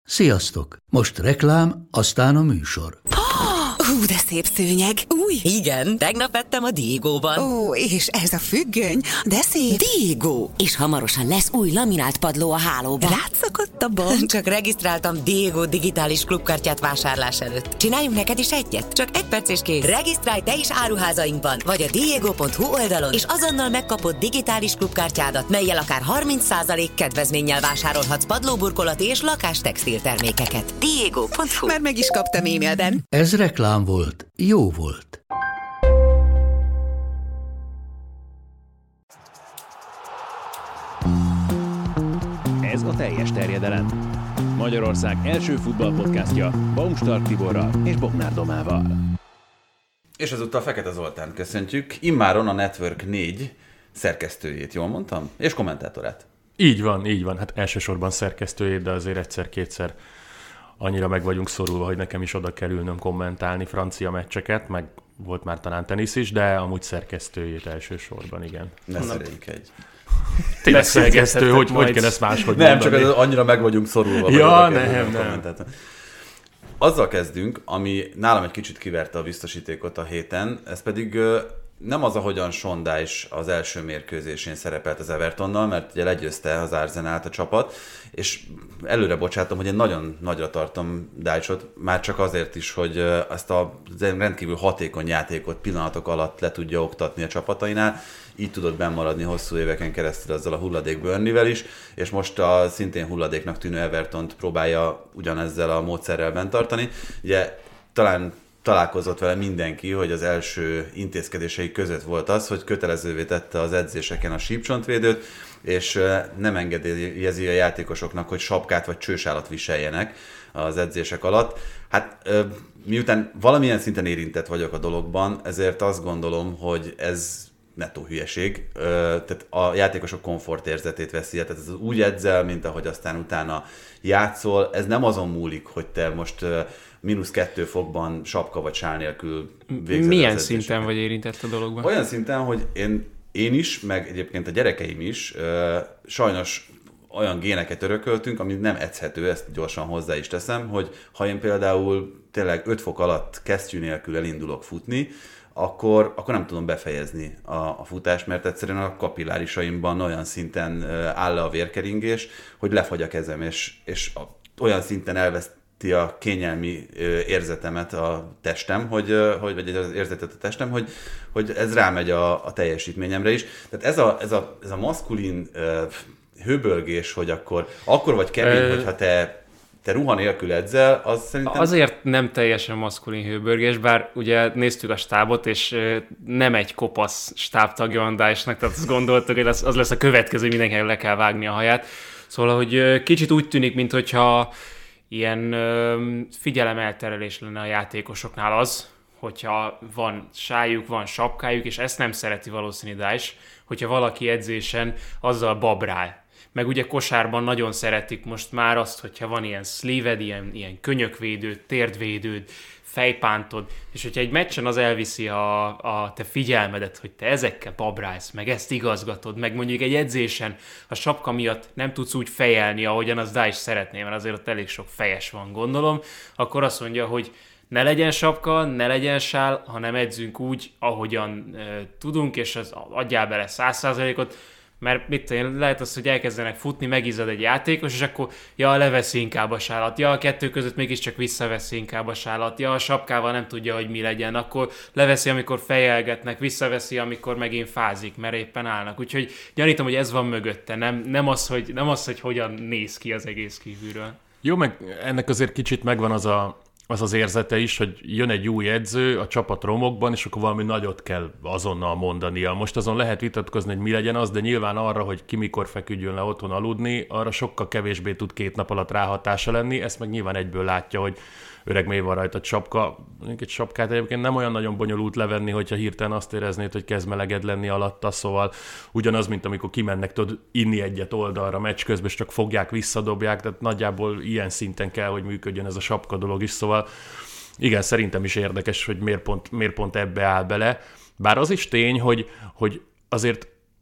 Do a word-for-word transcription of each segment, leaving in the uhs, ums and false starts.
Sziasztok! Most reklám, aztán a műsor. Hú, de szép szőnyeg. Új. Igen, tegnap vettem a Diegóban. Ó, és ez a függöny, de szép. Diegó. És hamarosan lesz új laminált padló a hálóban. Rátszakadt a bank. Csak regisztráltam Diegó digitális klubkártyát vásárlás előtt. Csináljunk neked is egyet? Csak egy perc és kész. Regisztrálj te is áruházainkban, vagy a diego pont hu oldalon, és azonnal megkapod digitális klubkártyádat, mellyel akár harminc százalék kedvezménnyel vásárolhatsz padlóburkolati és lakástextil termékeket. diego pont hu. Már meg is kaptam e-mailben. Ez reklám volt, jó volt. Ez a teljes terjedelem. Magyarország első futballpodcastja Baumstark Tiborral és Bognár Domával. És ezúttal Fekete Zoltánt köszöntjük, immáron a Network négy szerkesztőjét, jól mondtam? És kommentátorát. Így van, így van. Hát elsősorban szerkesztőjét, de azért egyszer-kétszer annyira meg vagyunk szorulva, hogy nekem is oda kell ülnöm kommentálni francia meccseket, meg volt már talán tenisz is, de amúgy szerkesztőjét elsősorban, igen. Ne szereljük egy. Tényleg szerkesztő, hogy, hogy kell ezt máshogy nem, mondani? Nem, csak annyira meg vagyunk szorulva. Ja, nem, nem. Azzal kezdünk, ami nálam egy kicsit kiverte a biztosítékot a héten, ez pedig nem az, ahogyan Sean Dyche az első mérkőzésén szerepelt az Evertonnal, mert ugye legyőzte az Arsenált a csapat, és előre bocsátom, hogy én nagyon nagyra tartom Dyche-ot, már csak azért is, hogy ezt a rendkívül hatékony játékot pillanatok alatt le tudja oktatni a csapatainál, így tudott bennmaradni hosszú éveken keresztül azzal a hulladék Burnley-vel is, és most a szintén hulladéknak tűnő Evertont próbálja ugyanezzel a módszerrel bent tartani. Ugye talán találkozott vele mindenki, hogy az első intézkedései között volt az, hogy kötelezővé tette az edzéseken a sípcsontvédőt, és nem engedélyezi a játékosoknak, hogy sapkát vagy csősálat viseljenek az edzések alatt. Hát miután valamilyen szinten érintett vagyok a dologban, ezért azt gondolom, hogy ez nettó hülyeség. Tehát a játékosok komfortérzetét veszi, tehát ez úgy edzel, mint ahogy aztán utána játszol. Ez nem azon múlik, hogy te most mínusz kettő fokban sapka vagy sál nélkül végzed. Milyen szinten vagy érintett a dologban? Olyan szinten, hogy én, én is, meg egyébként a gyerekeim is sajnos olyan géneket örököltünk, ami nem edzhető, ezt gyorsan hozzá is teszem, hogy ha én például tényleg öt fok alatt kesztyű nélkül elindulok futni, akkor, akkor nem tudom befejezni a, a futást, mert egyszerűen a kapillárisaimban olyan szinten áll le a vérkeringés, hogy lefagy a kezem, és, és a, olyan szinten elveszti a kényelmi érzetemet a testem, hogy, hogy, vagy az érzetet a testem, hogy, hogy ez rámegy a, a teljesítményemre is. Tehát ez a, ez a, ez a maszkulin hőbörgés, hogy akkor, akkor vagy kemény, Ö... hogyha te te ruha nélkül edzel, az szerintem... Azért nem teljesen maszkulin hőbörgés, bár ugye néztük a stábot, és nem egy kopasz stábtagja van Dyche-nak, tehát azt gondoltuk, hogy az lesz a következő, mindenkinek le kell vágni a haját. Szóval, hogy kicsit úgy tűnik, mintha ilyen figyelemelterelés lenne a játékosoknál az, hogyha van sájuk, van sapkájuk, és ezt nem szereti valószínű Dyche, hogyha valaki edzésen azzal babrál. Meg ugye kosárban nagyon szeretik most már azt, hogyha van ilyen sleeve-ed, ilyen, ilyen könyökvédőd, térdvédőd, fejpántod, és hogyha egy meccsen az elviszi a, a te figyelmedet, hogy te ezekkel babrálsz, meg ezt igazgatod, meg mondjuk egy edzésen a sapka miatt nem tudsz úgy fejelni, ahogyan az Dyche szeretné, mert azért ott elég sok fejes van, gondolom, akkor azt mondja, hogy ne legyen sapka, ne legyen sál, hanem edzünk úgy, ahogyan e, tudunk, és az adjál bele száz százalékot, mert mit tudom, lehet az, hogy elkezdenek futni, megizzad egy játékos, és akkor ja, leveszi inkább a sálat, ja, a kettő között mégiscsak visszaveszi inkább a sálat, ja, a sapkával nem tudja, hogy mi legyen, akkor leveszi, amikor fejelgetnek, visszaveszi, amikor megint fázik, mert éppen állnak. Úgyhogy gyanítom, hogy ez van mögötte, nem, nem, az, hogy, nem az, hogy hogyan néz ki az egész kívülről. Jó, meg ennek azért kicsit megvan az a az az érzete is, hogy jön egy új edző a csapat romokban, és akkor valami nagyot kell azonnal mondania. Most azon lehet vitatkozni, hogy mi legyen az, de nyilván arra, hogy ki mikor feküdjön le otthon aludni, arra sokkal kevésbé tud két nap alatt ráhatása lenni, ezt meg nyilván egyből látja, hogy öreg mély van rajta sapka. Egy sapkát egyébként nem olyan nagyon bonyolult levenni, hogyha hirtelen azt éreznéd, hogy kezd meleged lenni alatta, szóval ugyanaz, mint amikor kimennek, tudod inni egyet oldalra meccs közben, és csak fogják, visszadobják, tehát nagyjából ilyen szinten kell, hogy működjön ez a sapka dolog is, szóval igen, szerintem is érdekes, hogy miért pont, miért pont ebbe áll bele. Bár az is tény, hogy, hogy azért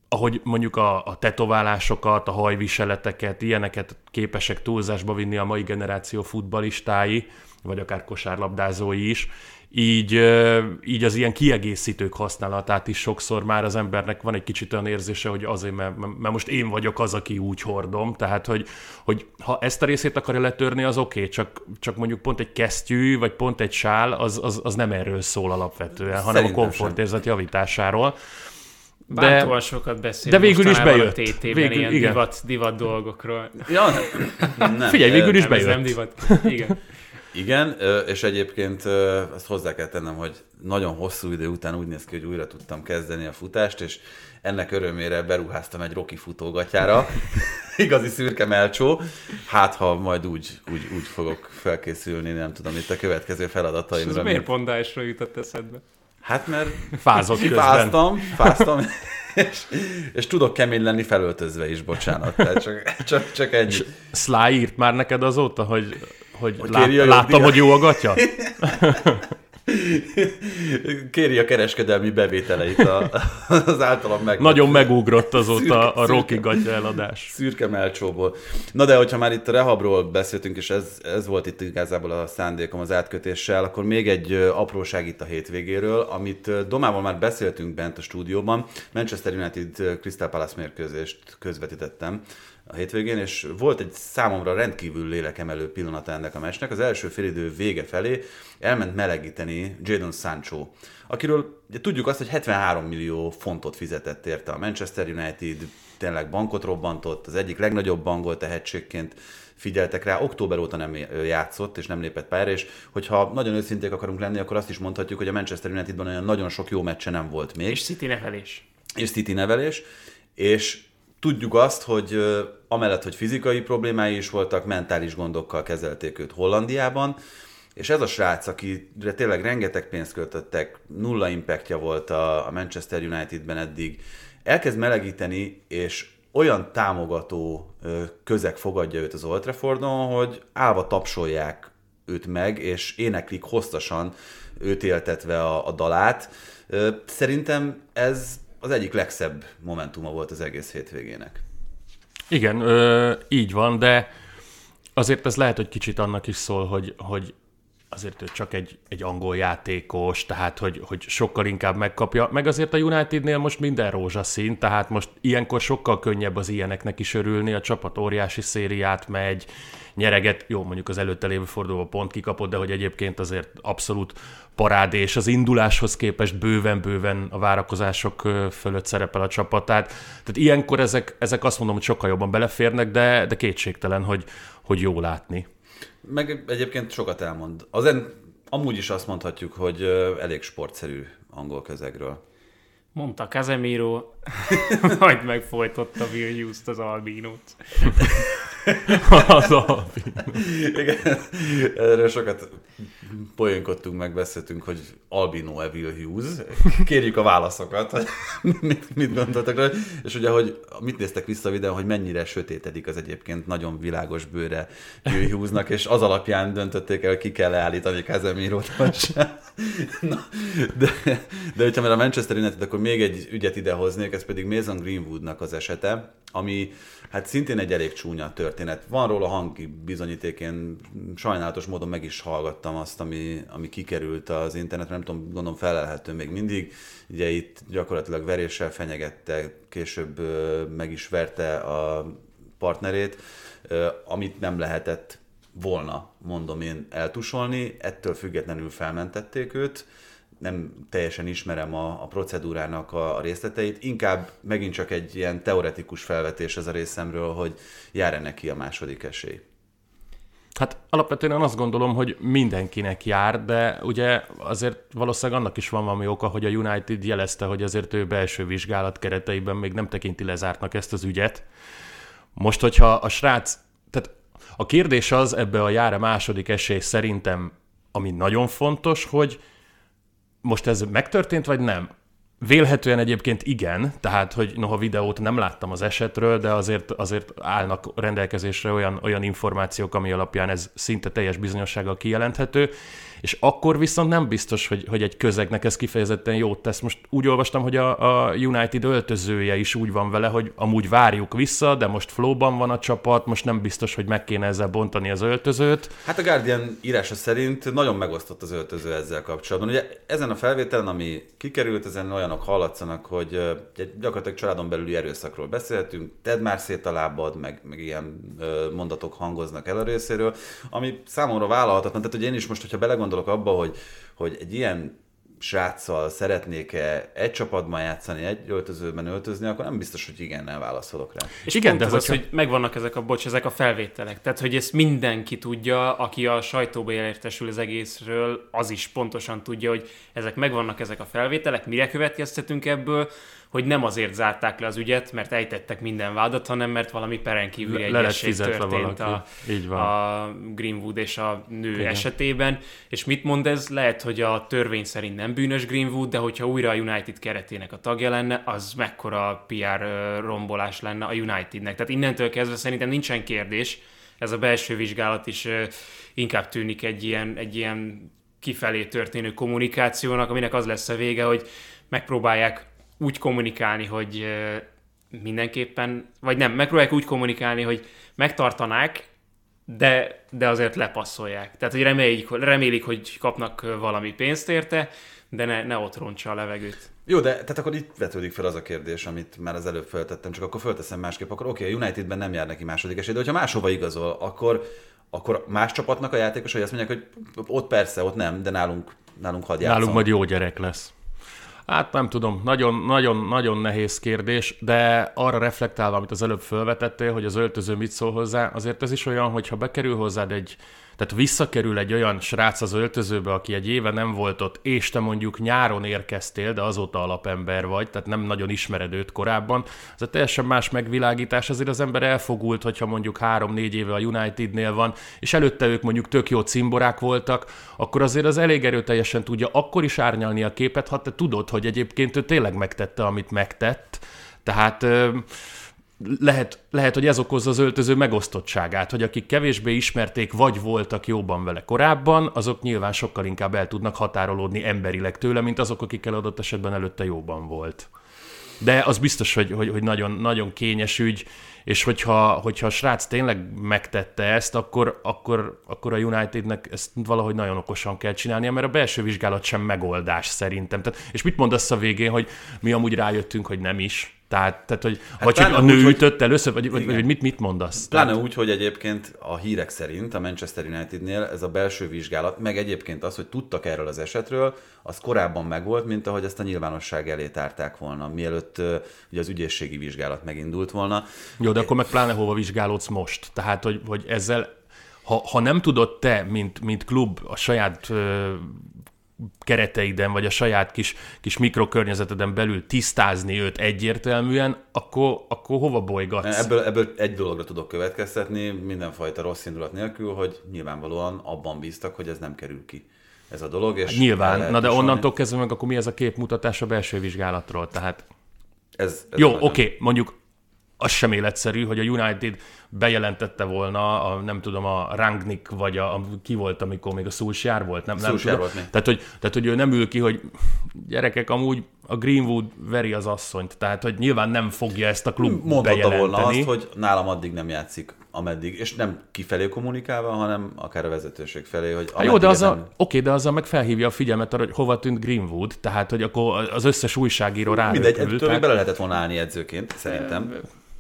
ahogy mondjuk a, a tetoválásokat, a hajviseleteket, ilyeneket képesek túlzásba vinni a mai generáció futballistái, vagy akár kosárlabdázói is, így, így az ilyen kiegészítők használatát is sokszor már az embernek van egy kicsit olyan érzése, hogy azért, mert, mert most én vagyok az, aki úgy hordom, tehát hogy, hogy ha ezt a részét akarja letörni, az oké, okay, csak, csak mondjuk pont egy kesztyű, vagy pont egy sál, az, az, az nem erről szól alapvetően, hanem Szerintem a komfortérzet sem. javításáról. Bántóan sokat beszélünk. De végül is bejött. té té-ben ilyen divat, divat dolgokról. Ja, nem. Figyelj, végül is nem, bejött. Nem divat. Igen. Igen, és egyébként ezt hozzá kell tennem, hogy nagyon hosszú idő után úgy néz ki, hogy újra tudtam kezdeni a futást, és ennek örömére beruháztam egy Rocky futógatyára. Igazi szürke melcsó. Hát, ha majd úgy, úgy, úgy fogok felkészülni, nem tudom, itt a következő feladataimra. És ez miért pondásról jutott eszedbe? Hát, mert fázott közben. Fáztam, fáztam, és, és tudok kemény lenni felöltözve is, bocsánat. Tehát csak, csak, csak ennyi. Sly írt már neked azóta, hogy, hogy, hogy lát, láttam, láttam, hogy jó a gatya? Kéri a kereskedelmi bevételeit a, az általam meg. Nagyon megugrott azóta szürke, a Rocky szürke, gatya eladás. Szürke melcsóból. Na de, hogyha már itt a rehabról beszéltünk, és ez, ez volt itt igazából a szándékom az átkötéssel, akkor még egy apróság itt a hétvégéről, amit Domával már beszéltünk bent a stúdióban. Manchester United Crystal Palace mérkőzést közvetítettem a hétvégén, és volt egy számomra rendkívül lélekemelő pillanata ennek a meccsnek. Az első félidő vége felé elment melegíteni Jadon Sancho, akiről ugye tudjuk azt, hogy hetvenhárom millió fontot fizetett érte a Manchester United, tényleg bankot robbantott, az egyik legnagyobb bangol tehetségként figyeltek rá, október óta nem játszott és nem lépett pályára, és hogyha nagyon őszinték akarunk lenni, akkor azt is mondhatjuk, hogy a Manchester Unitedben olyan nagyon sok jó meccse nem volt még. És City nevelés. És City nevelés, és tudjuk azt, hogy amellett, hogy fizikai problémái is voltak, mentális gondokkal kezelték őt Hollandiában, és ez a srác, akire tényleg rengeteg pénzt költöttek, nulla impactja volt a Manchester Unitedben eddig, elkezd melegíteni, és olyan támogató közeg fogadja őt az Old Traffordon, hogy állva tapsolják őt meg, és éneklik hosszasan őt éltetve a, a dalát. Szerintem ez az egyik legszebb momentuma volt az egész hétvégének. Igen, ö, így van, de azért ez lehet, hogy kicsit annak is szól, hogy, hogy azért ő csak egy, egy angol játékos, tehát hogy, hogy sokkal inkább megkapja. Meg azért a Unitednél most minden rózsaszín, tehát most ilyenkor sokkal könnyebb az ilyeneknek is örülni, a csapat óriási szériát megy, nyereget, jó, mondjuk az előtte lévő fordulóban pont kikapott, de hogy egyébként azért abszolút parádé, és az induláshoz képest bőven-bőven a várakozások fölött szerepel a csapat. Tehát, tehát ilyenkor ezek, ezek azt mondom, hogy sokkal jobban beleférnek, de, de kétségtelen, hogy, hogy jó látni. Meg egyébként sokat elmond. Azen amúgy is azt mondhatjuk, hogy elég sportszerű angol közegről. Mondta Casemiro, majd megfojtotta Will Hughes-t, az albínót. Az albínót. Igen, erről sokat poénkodtunk, megbeszéltünk, hogy albino-e Will Hughes. Kérjük a válaszokat, hogy mit, mit gondoltak rá. És ugye, hogy mit néztek vissza a videón, hogy mennyire sötétedik az egyébként nagyon világos bőre Will Hughesnak, és az alapján döntötték el, hogy ki kell leállítani Casemiro-t. Na, de, de hogyha már a Manchester United, akkor még egy ügyet idehoznék, ez pedig Mason Greenwoodnak az esete, ami hát szintén egy elég csúnya történet. Van róla hangi bizonyíték, én sajnálatos módon meg is hallgattam azt, ami, ami kikerült az internetre, nem tudom, gondolom felelhető még mindig. Ugye itt gyakorlatilag veréssel fenyegette, később meg is verte a partnerét, amit nem lehetett volna, mondom én, eltusolni, ettől függetlenül felmentették őt. Nem teljesen ismerem a, a procedúrának a, a részleteit, inkább megint csak egy ilyen teoretikus felvetés ez a részemről, hogy jár-e neki a második esély. Hát alapvetően azt gondolom, hogy mindenkinek jár, de ugye azért valószínűleg annak is van valami oka, hogy a United jelezte, hogy azért ő belső vizsgálat kereteiben még nem tekinti lezártnak ezt az ügyet. Most, hogyha a srác, tehát a kérdés az ebbe a jár-e második esély szerintem, ami nagyon fontos, hogy most ez megtörtént, vagy nem? Vélhetően egyébként igen, tehát, hogy noha videót nem láttam az esetről, de azért, azért állnak rendelkezésre olyan, olyan információk, ami alapján ez szinte teljes bizonyossággal kijelenthető, és akkor viszont nem biztos, hogy, hogy egy közegnek ez kifejezetten jót tesz. Most úgy olvastam, hogy a, a United öltözője is úgy van vele, hogy amúgy várjuk vissza, de most flowban van a csapat, most nem biztos, hogy meg kéne ezzel bontani az öltözőt. Hát a Guardian írása szerint nagyon megosztott az öltöző ezzel kapcsolatban. Ugye ezen a felvételen, ami kikerült, ezen olyanok hallatszanak, hogy gyakorlatilag családon belüli erőszakról beszélhetünk, tedd már szét a lábad, meg, meg ilyen mondatok hangoznak el a részéről, ami számomra vállalhatatlan. Tehát, hogy én is most, hogyha belegondolok abba, hogy, hogy egy ilyen sráccal szeretnék-e egy csapatban játszani, egy öltözőben öltözni, akkor nem biztos, hogy igennel válaszolok rá. És igen, pont de ez hogyha... az, hogy megvannak ezek a, bocs, ezek a felvételek. Tehát, hogy ezt mindenki tudja, aki a sajtóba értesül az egészről, az is pontosan tudja, hogy ezek megvannak ezek a felvételek, mire következtetünk ebből, hogy nem azért zárták le az ügyet, mert ejtettek minden vádat, hanem mert valami peren kívüli egyesség történt a, a Greenwood és a nő igen. esetében. És mit mond ez? Lehet, hogy a törvény szerint nem bűnös Greenwood, de hogyha újra a United keretének a tagja lenne, az mekkora pé er rombolás lenne a Unitednek. Tehát innentől kezdve szerintem nincsen kérdés. Ez a belső vizsgálat is inkább tűnik egy ilyen, egy ilyen kifelé történő kommunikációnak, aminek az lesz a vége, hogy megpróbálják úgy kommunikálni, hogy mindenképpen, vagy nem, megpróbálják úgy kommunikálni, hogy megtartanák, de, de azért lepasszolják. Tehát, hogy remélik, remélik, hogy kapnak valami pénzt érte, de ne, ne ott roncsa a levegőt. Jó, de tehát akkor itt vetődik fel az a kérdés, amit már az előbb feltettem, csak akkor fölteszem másképp, akkor oké, okay, a Unitedben nem jár neki második esély, de hogyha máshova igazol, akkor, akkor más csapatnak a játékosai azt mondják, hogy ott persze, ott nem, de nálunk, nálunk hadd játszom. Nálunk majd jó gyerek lesz. Hát nem tudom, nagyon-nagyon nehéz kérdés, de arra reflektálva, amit az előbb felvetettél, hogy az öltöző mit szól hozzá, azért ez is olyan, hogyha bekerül hozzád egy, tehát visszakerül egy olyan srác az öltözőbe, aki egy éve nem volt ott, és te mondjuk nyáron érkeztél, de azóta alapember vagy, tehát nem nagyon ismered őt korábban, ez egy teljesen más megvilágítás, azért az ember elfogult, hogyha mondjuk három-négy éve a Unitednél van, és előtte ők mondjuk tök jó cimborák voltak, akkor azért az elég erőteljesen tudja akkor is árnyalni a képet, ha te tudod, hogy egyébként ő tényleg megtette, amit megtett, tehát... Lehet, lehet, hogy ez okozza az öltöző megosztottságát, hogy akik kevésbé ismerték, vagy voltak jóban vele korábban, azok nyilván sokkal inkább el tudnak határolódni emberileg tőle, mint azok, akikkel adott esetben előtte jóban volt. De az biztos, hogy, hogy, hogy nagyon, nagyon kényes ügy, és hogyha, hogyha a srác tényleg megtette ezt, akkor, akkor, akkor a Unitednek ezt valahogy nagyon okosan kell csinálnia, mert a belső vizsgálat sem megoldás szerintem. Tehát, és mit mondasz a végén, hogy mi amúgy rájöttünk, hogy nem is? Tehát, tehát hogy hát vagy hogy a nő úgy, ütött először, vagy, vagy, vagy mit, mit mondasz? Pláne tehát... úgy, hogy egyébként a hírek szerint a Manchester Unitednél ez a belső vizsgálat, meg egyébként az, hogy tudtak erről az esetről, az korábban megvolt, mint ahogy ezt a nyilvánosság elé tárták volna, mielőtt uh, ugye az ügyészségi vizsgálat megindult volna. Jó, de akkor meg pláne hova vizsgálódsz most? Tehát, hogy, hogy ezzel, ha, ha nem tudod te, mint, mint klub a saját uh, kereteiden, vagy a saját kis, kis mikrokörnyezeteden belül tisztázni őt egyértelműen, akkor, akkor hova bolygatsz? Ebből, ebből egy dologra tudok következtetni, mindenfajta rossz indulat nélkül, hogy nyilvánvalóan abban bíztak, hogy ez nem kerül ki. Ez a dolog. És hát nyilván, na de onnantól kezdve meg akkor mi ez a képmutatás a belső vizsgálatról? Tehát... Ez, ez jó, oké, okay, mondjuk az sem életszerű, hogy a United bejelentette volna, a, nem tudom, a Rangnick, vagy a, a ki volt, amikor még a Solskjaer volt, nem, nem tudom. Volt tehát, hogy, tehát, hogy ő nem ül ki, hogy gyerekek, amúgy a Greenwood veri az asszonyt, tehát, hogy nyilván nem fogja ezt a klub mondhatta bejelenteni. Mondhatta volna azt, hogy nálam addig nem játszik, ameddig, és nem kifelé kommunikálva, hanem akár a vezetőség felé, hogy hát jó, de azzal, nem... oké, de azzal meg felhívja a figyelmet arra, hogy hova tűnt Greenwood, tehát, hogy akkor az összes újságíró ráröpül. Mindegy, ettől tehát... bele lehetett volna állni edzőként, szerintem.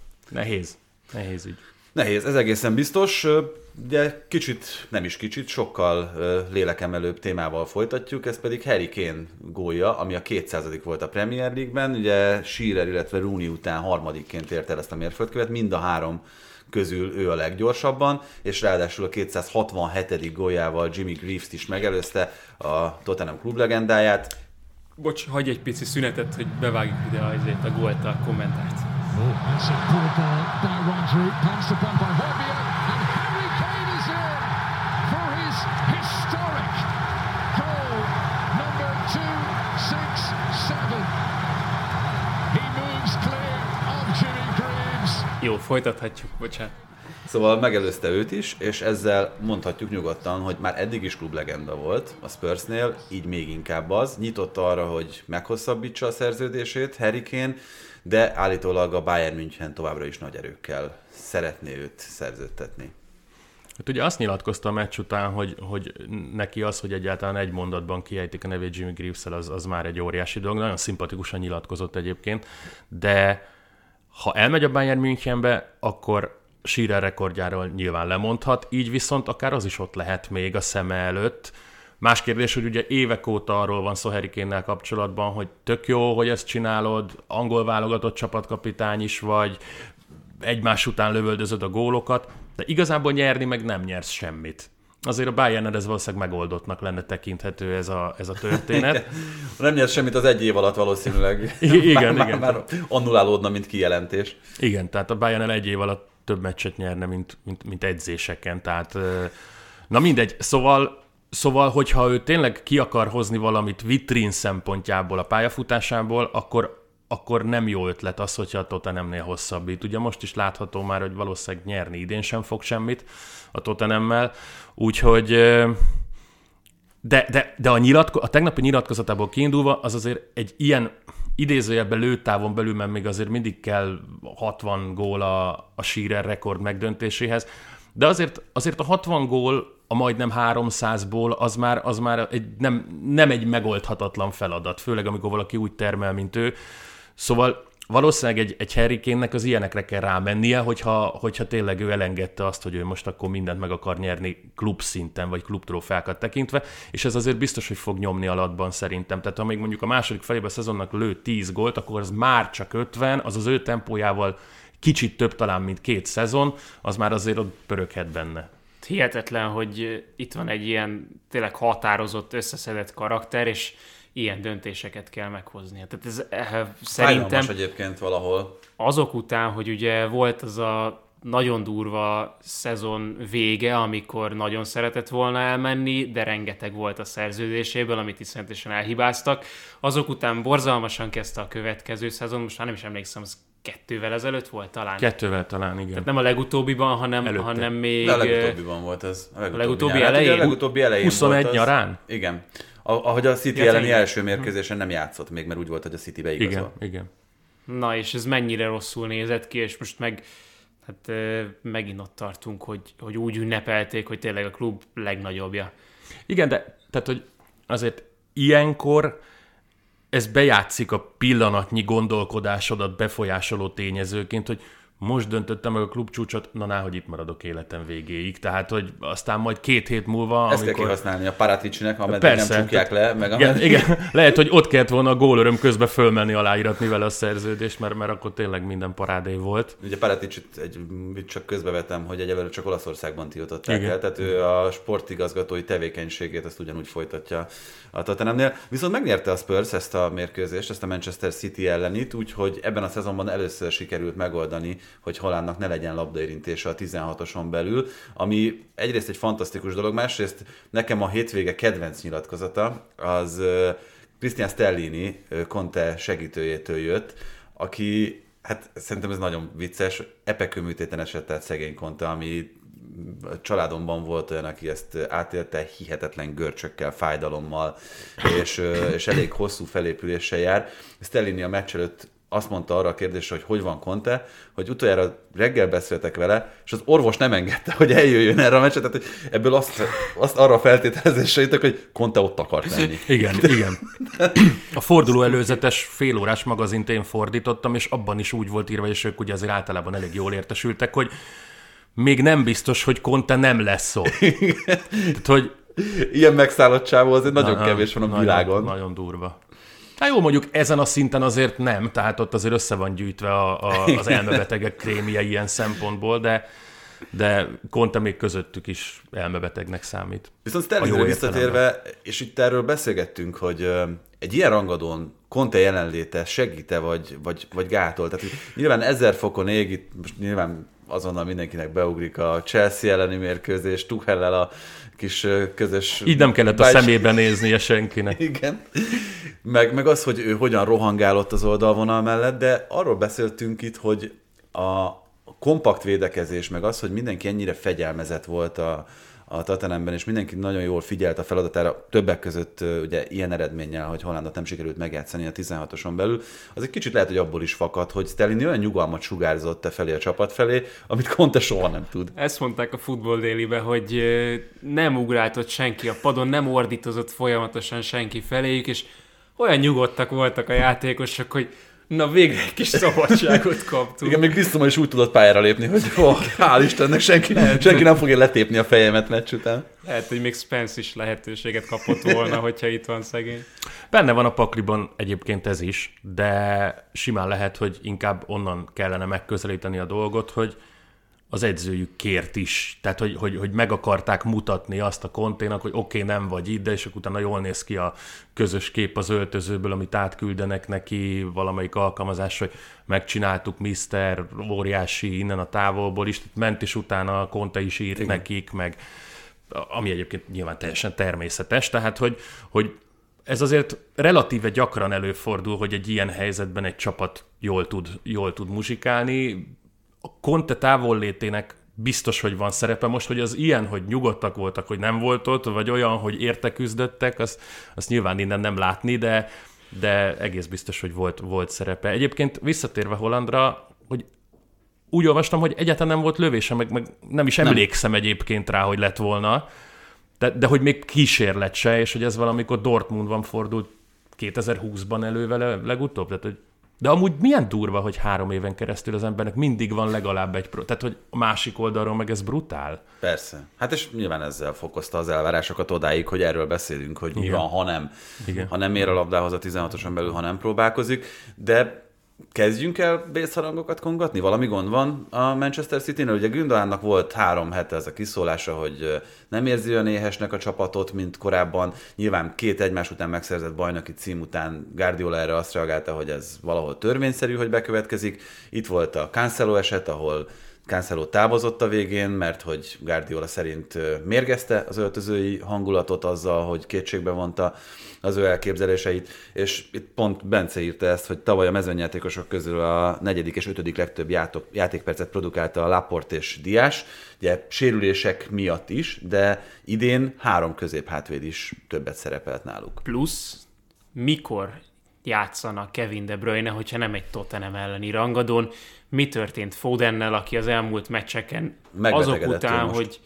Nehéz. Nehéz ügy. Nehéz, ez egészen biztos. Ugye kicsit, nem is kicsit, sokkal lélekemelőbb témával folytatjuk, ez pedig Harry Kane gólja, ami a kétszázadik volt a Premier League-ben. Ugye Shearer, illetve Rooney után harmadikként ért el ezt a mérföldkövet, mind a három közül ő a leggyorsabban, és ráadásul a kétszázhatvanhetedik góljával Jimmy Greaves-t is megelőzte, a Tottenham klub legendáját. Bocs, hagyj egy pici szünetet, hogy bevágjuk ide azért a gólt, a kommentárt. Oh, that's a poor ball by Rodri, passed upon by Hojbjerg, and Harry Kane is in for his historic goal number two six seven. Jó, folytathatjuk, bocsánat. Szóval megelőzte őt is, és ezzel mondhatjuk nyugodtan, hogy már eddig is klublegenda volt a Spursnél, így még inkább az. Nyitott arra, hogy meghosszabbítsa a szerződését Harry Kane, de állítólag a Bayern München továbbra is nagy erőkkel szeretné őt szerződtetni. Hát ugye azt nyilatkozta a meccs után, hogy, hogy neki az, hogy egyáltalán egy mondatban kiejtik a nevét Jimmy Greaves-el, az, az már egy óriási dolog. Nagyon szimpatikusan nyilatkozott egyébként, de ha elmegy a Bayern Münchenbe, akkor Shearer rekordjáról nyilván lemondhat, így viszont akár az is ott lehet még a szeme előtt. Más kérdés, hogy ugye évek óta arról van szó Harry Kane-nel kapcsolatban, hogy tök jó, hogy ezt csinálod, angol válogatott csapatkapitány is vagy, egymás után lövöldözöd a gólokat, de igazából nyerni meg nem nyersz semmit. Azért a Bayern ez valószínűleg megoldottnak lenne tekinthető ez a, ez a történet. Nem nyersz semmit az egy év alatt valószínűleg. I- igen, már, igen. Már annulálódna, mint kijelentés. Igen, tehát a Bayern egy év alatt több meccset nyerne, mint, mint, mint edzéseken. Tehát, na mindegy, szóval, szóval, hogyha ő tényleg ki akar hozni valamit vitrín szempontjából, a pályafutásából, akkor akkor nem jó ötlet az, hogyha a Tottenhamnél hosszabbít. Ugye most is látható már, hogy valószínűleg nyerni idén sem fog semmit a Tottenhammel, úgyhogy de, de, de a, nyilatko- a tegnapi nyilatkozatából kiindulva az azért egy ilyen idézőjelben lőtávon belül, mert még azért mindig kell hatvan gól a, a Shearer rekord megdöntéséhez, de azért, azért a hatvan gól a majdnem háromszázból az már, az már egy, nem, nem egy megoldhatatlan feladat, főleg amikor valaki úgy termel, mint ő. Szóval valószínűleg egy, egy Harry Kane-nek az ilyenekre kell rámennie, hogyha, hogyha tényleg ő elengedte azt, hogy ő most akkor mindent meg akar nyerni klub szinten, vagy klubtrófákat tekintve, és ez azért biztos, hogy fog nyomni alatban szerintem. Tehát ha még mondjuk a második felében a szezonnak lő tíz gólt, akkor az már csak ötven, az az ő tempójával kicsit több talán, mint két szezon, az már azért ott pöröghet benne. Hihetetlen, hogy itt van egy ilyen tényleg határozott, összeszedett karakter, és ilyen döntéseket kell meghozni. Tehát ez eh, szerintem Fájdalmas egyébként valahol. Azok után, hogy ugye volt az a nagyon durva szezon vége, amikor nagyon szeretett volna elmenni, de rengeteg volt a szerződéséből, amit iszonyatosan elhibáztak. Azok után borzalmasan kezdte a következő szezon, most már nem is emlékszem, az kettővel ezelőtt volt talán? Kettővel talán, igen. Tehát nem a legutóbbiban, hanem, hanem még... De a legutóbbiban volt ez. A legutóbbi, a legutóbbi nyarán. elején? A legutóbbi elején huszonegy volt az. nyarán? Igen. Ahogy a City ja, elleni igen. első mérkőzésen nem játszott még, mert úgy volt, hogy a City beigazol. Igen, igen. Na, és ez mennyire rosszul nézett ki, és most meg hát megint ott tartunk, hogy, hogy úgy ünnepelték, hogy tényleg a klub legnagyobbja. Igen, de tehát, hogy azért ilyenkor ez bejátszik a pillanatnyi gondolkodásodat befolyásoló tényezőként, hogy most döntöttem meg a klubcsúcsot, na náhogy itt maradok életem végéig. Tehát, hogy aztán majd két hét múlva, ezt amikor... kell kihasználni a Paraticsinek, ameddig Persze, nem csukják le. Meg igen, ameddig... igen, lehet, hogy ott kellett volna a gólöröm közben fölmenni, aláíratni vele a szerződést, mert, mert akkor tényleg minden parádé volt. Ugye Paraticsit egy, csak közbevetem, hogy egyelőre csak Olaszországban tiltották Igen. el, tehát ő a sportigazgatói tevékenységét ezt ugyanúgy folytatja a Tottenhamnél. Viszont megnyerte a Spurs ezt a mérkőzést, ezt a Manchester City ellenit, úgyhogy ebben a szezonban először sikerült megoldani, hogy Haalandnak ne legyen labdaérintése a tizenhatoson belül, ami egyrészt egy fantasztikus dolog, másrészt nekem a hétvége kedvenc nyilatkozata az Christian Stellini, Conte segítőjétől jött, aki, hát szerintem ez nagyon vicces, epekőműtéten esett át szegény Conte, ami a családomban volt olyan, aki ezt átélte, hihetetlen görcsökkel, fájdalommal, és, és elég hosszú felépüléssel jár. Stellini a meccs előtt azt mondta arra a kérdésre, hogy hogy van Conte, hogy utoljára reggel beszéltek vele, és az orvos nem engedte, hogy eljöjjön erre a meccset, tehát hogy ebből azt, azt arra a feltételezésre jöttek, hogy Conte ott akart lenni. Igen, igen. A forduló előzetes félórás magazint én fordítottam, és abban is úgy volt írva, és ők ugye azért általában elég jól értesültek, hogy még nem biztos, hogy Conte nem lesz ott. Tehát, hogy... Ilyen megszállottságból azért nagyon na, kevés van a nagyon, világon. Nagyon durva. Hát jó, mondjuk ezen a szinten azért nem, tehát ott azért össze van gyűjtve a, a, az elmebetegek krémje ilyen szempontból, de, de Conte még közöttük is elmebetegnek számít. Viszont Sterlingre visszatérve, és itt erről beszélgettünk, hogy egy ilyen rangadón Conte jelenléte segít-e, vagy, vagy, vagy gátol. Tehát nyilván ezer fokon ég, itt most nyilván azonnal mindenkinek beugrik a Chelsea elleni mérkőzés, Tuchellel a kis közös... Így nem kellett bács... a szemébe néznie senkinek. Igen. Meg, meg az, hogy ő hogyan rohangálott az oldalvonal mellett, de arról beszéltünk itt, hogy a kompakt védekezés, meg az, hogy mindenki ennyire fegyelmezett volt a, a Tottenhamben, és mindenki nagyon jól figyelt a feladatára, többek között ugye ilyen eredménnyel, hogy Hollandot nem sikerült megjátszani a tizenhatoson belül, az egy kicsit lehet, hogy abból is fakad, hogy Stellini olyan nyugalmat sugárzott te felé a csapat felé, amit Conte soha nem tud. Ezt mondták a Football Daily-be, hogy nem ugráltott senki a padon, nem ordítozott folyamatosan senki feléjük, és olyan nyugodtak voltak a játékosok, hogy na végre egy kis szabadságot kaptunk. Igen, még Krisztuma is úgy tudott pályára lépni, hogy oh, hál' Istennek, senki, senki nem fogja letépni a fejemet meccs után. Lehet, hogy még Spence is lehetőséget kapott volna, hogyha itt van szegény. Benne van a pakliban egyébként ez is, de simán lehet, hogy inkább onnan kellene megközelíteni a dolgot, hogy az edzőjük kért is. Tehát, hogy, hogy, hogy meg akarták mutatni azt a Conténak, hogy oké, okay, nem vagy itt, de és akkor utána jól néz ki a közös kép az öltözőből, amit átküldenek neki valamelyik alkalmazás, hogy megcsináltuk miszter, óriási innen a távolból is, ment is utána a Conte is írt igen. nekik, meg ami egyébként nyilván teljesen természetes, tehát, hogy, hogy ez azért relatíve gyakran előfordul, hogy egy ilyen helyzetben egy csapat jól tud, jól tud muzsikálni. A Conte távollétének biztos, hogy van szerepe. Most, hogy az ilyen, hogy nyugodtak voltak, hogy nem volt ott, vagy olyan, hogy érte küzdöttek, azt, azt nyilván innen nem látni, de, de egész biztos, hogy volt, volt szerepe. Egyébként visszatérve Hollandra, hogy úgy olvastam, hogy egyáltalán nem volt lövése, meg, meg nem is emlékszem nem. egyébként rá, hogy lett volna, de, de hogy még kísérlet se, és hogy ez valamikor Dortmundban fordult kétezer-húszban elő vele legutóbb, tehát hogy de amúgy milyen durva, hogy három éven keresztül az embernek mindig van legalább egy pro... Tehát, hogy a másik oldalról meg ez brutál. Persze. Hát és nyilván ezzel fokozta az elvárásokat odáig, hogy erről beszélünk, hogy mi Igen. van, ha nem. Igen. Ha nem ér a labdához a tizenhatoson belül, ha nem próbálkozik. De kezdjünk el bészharangokat kongatni? Valami gond van a Manchester City-nél? Ugye Gündogannak volt három hete ez a kiszólása, hogy nem érzi olyan éhesnek a csapatot, mint korábban. Nyilván két egymás után megszerzett bajnoki cím után Guardiola erre azt reagálta, hogy ez valahol törvényszerű, hogy bekövetkezik. Itt volt a Cancelo eset, ahol Cancelo távozott a végén, mert hogy Guardiola szerint mérgezte az öltözői hangulatot azzal, hogy kétségbe vonta az ő elképzeléseit, és itt pont Bence írta ezt, hogy tavaly a mezőnyjátékosok közül a negyedik és ötödik legtöbb játok, játékpercet produkálta a Laporte és Dias, ugye sérülések miatt is, de idén három középhátvéd is többet szerepelt náluk. Plusz, mikor játszanak Kevin De Bruyne, hogyha nem egy Tottenham elleni rangadón, mi történt Fodennel, aki az elmúlt meccseken azok után, most. hogy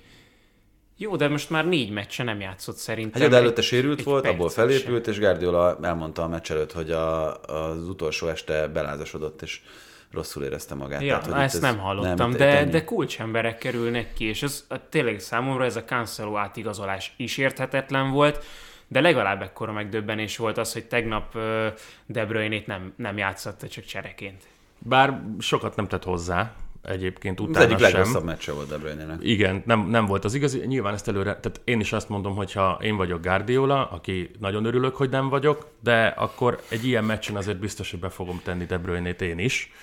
jó, de most már négy meccse nem játszott szerintem. Hát, de előtte sérült volt, abból felépült, sem. És Guardiola elmondta a meccs előtt, hogy a, az utolsó este belázasodott, és rosszul érezte magát. Ja, Tehát, hogy ezt ez nem hallottam, nem, de, de kulcsemberek kerülnek ki, és ez tényleg számomra ez a Cancelo átigazolás is érthetetlen volt, de legalább ekkora megdöbbenés volt az, hogy tegnap De Bruyne-t nem, nem játszott, csak csereként. Bár sokat nem tett hozzá, egyébként utána sem. Az egyik sem. legrosszabb meccse volt De Bruyne-nek. Igen, nem, nem volt az igazi. Nyilván ezt előre, tehát én is azt mondom, hogy ha én vagyok Guardiola, aki nagyon örülök, hogy nem vagyok, de akkor egy ilyen meccsen azért biztos, hogy be fogom tenni De Bruyne-t én is.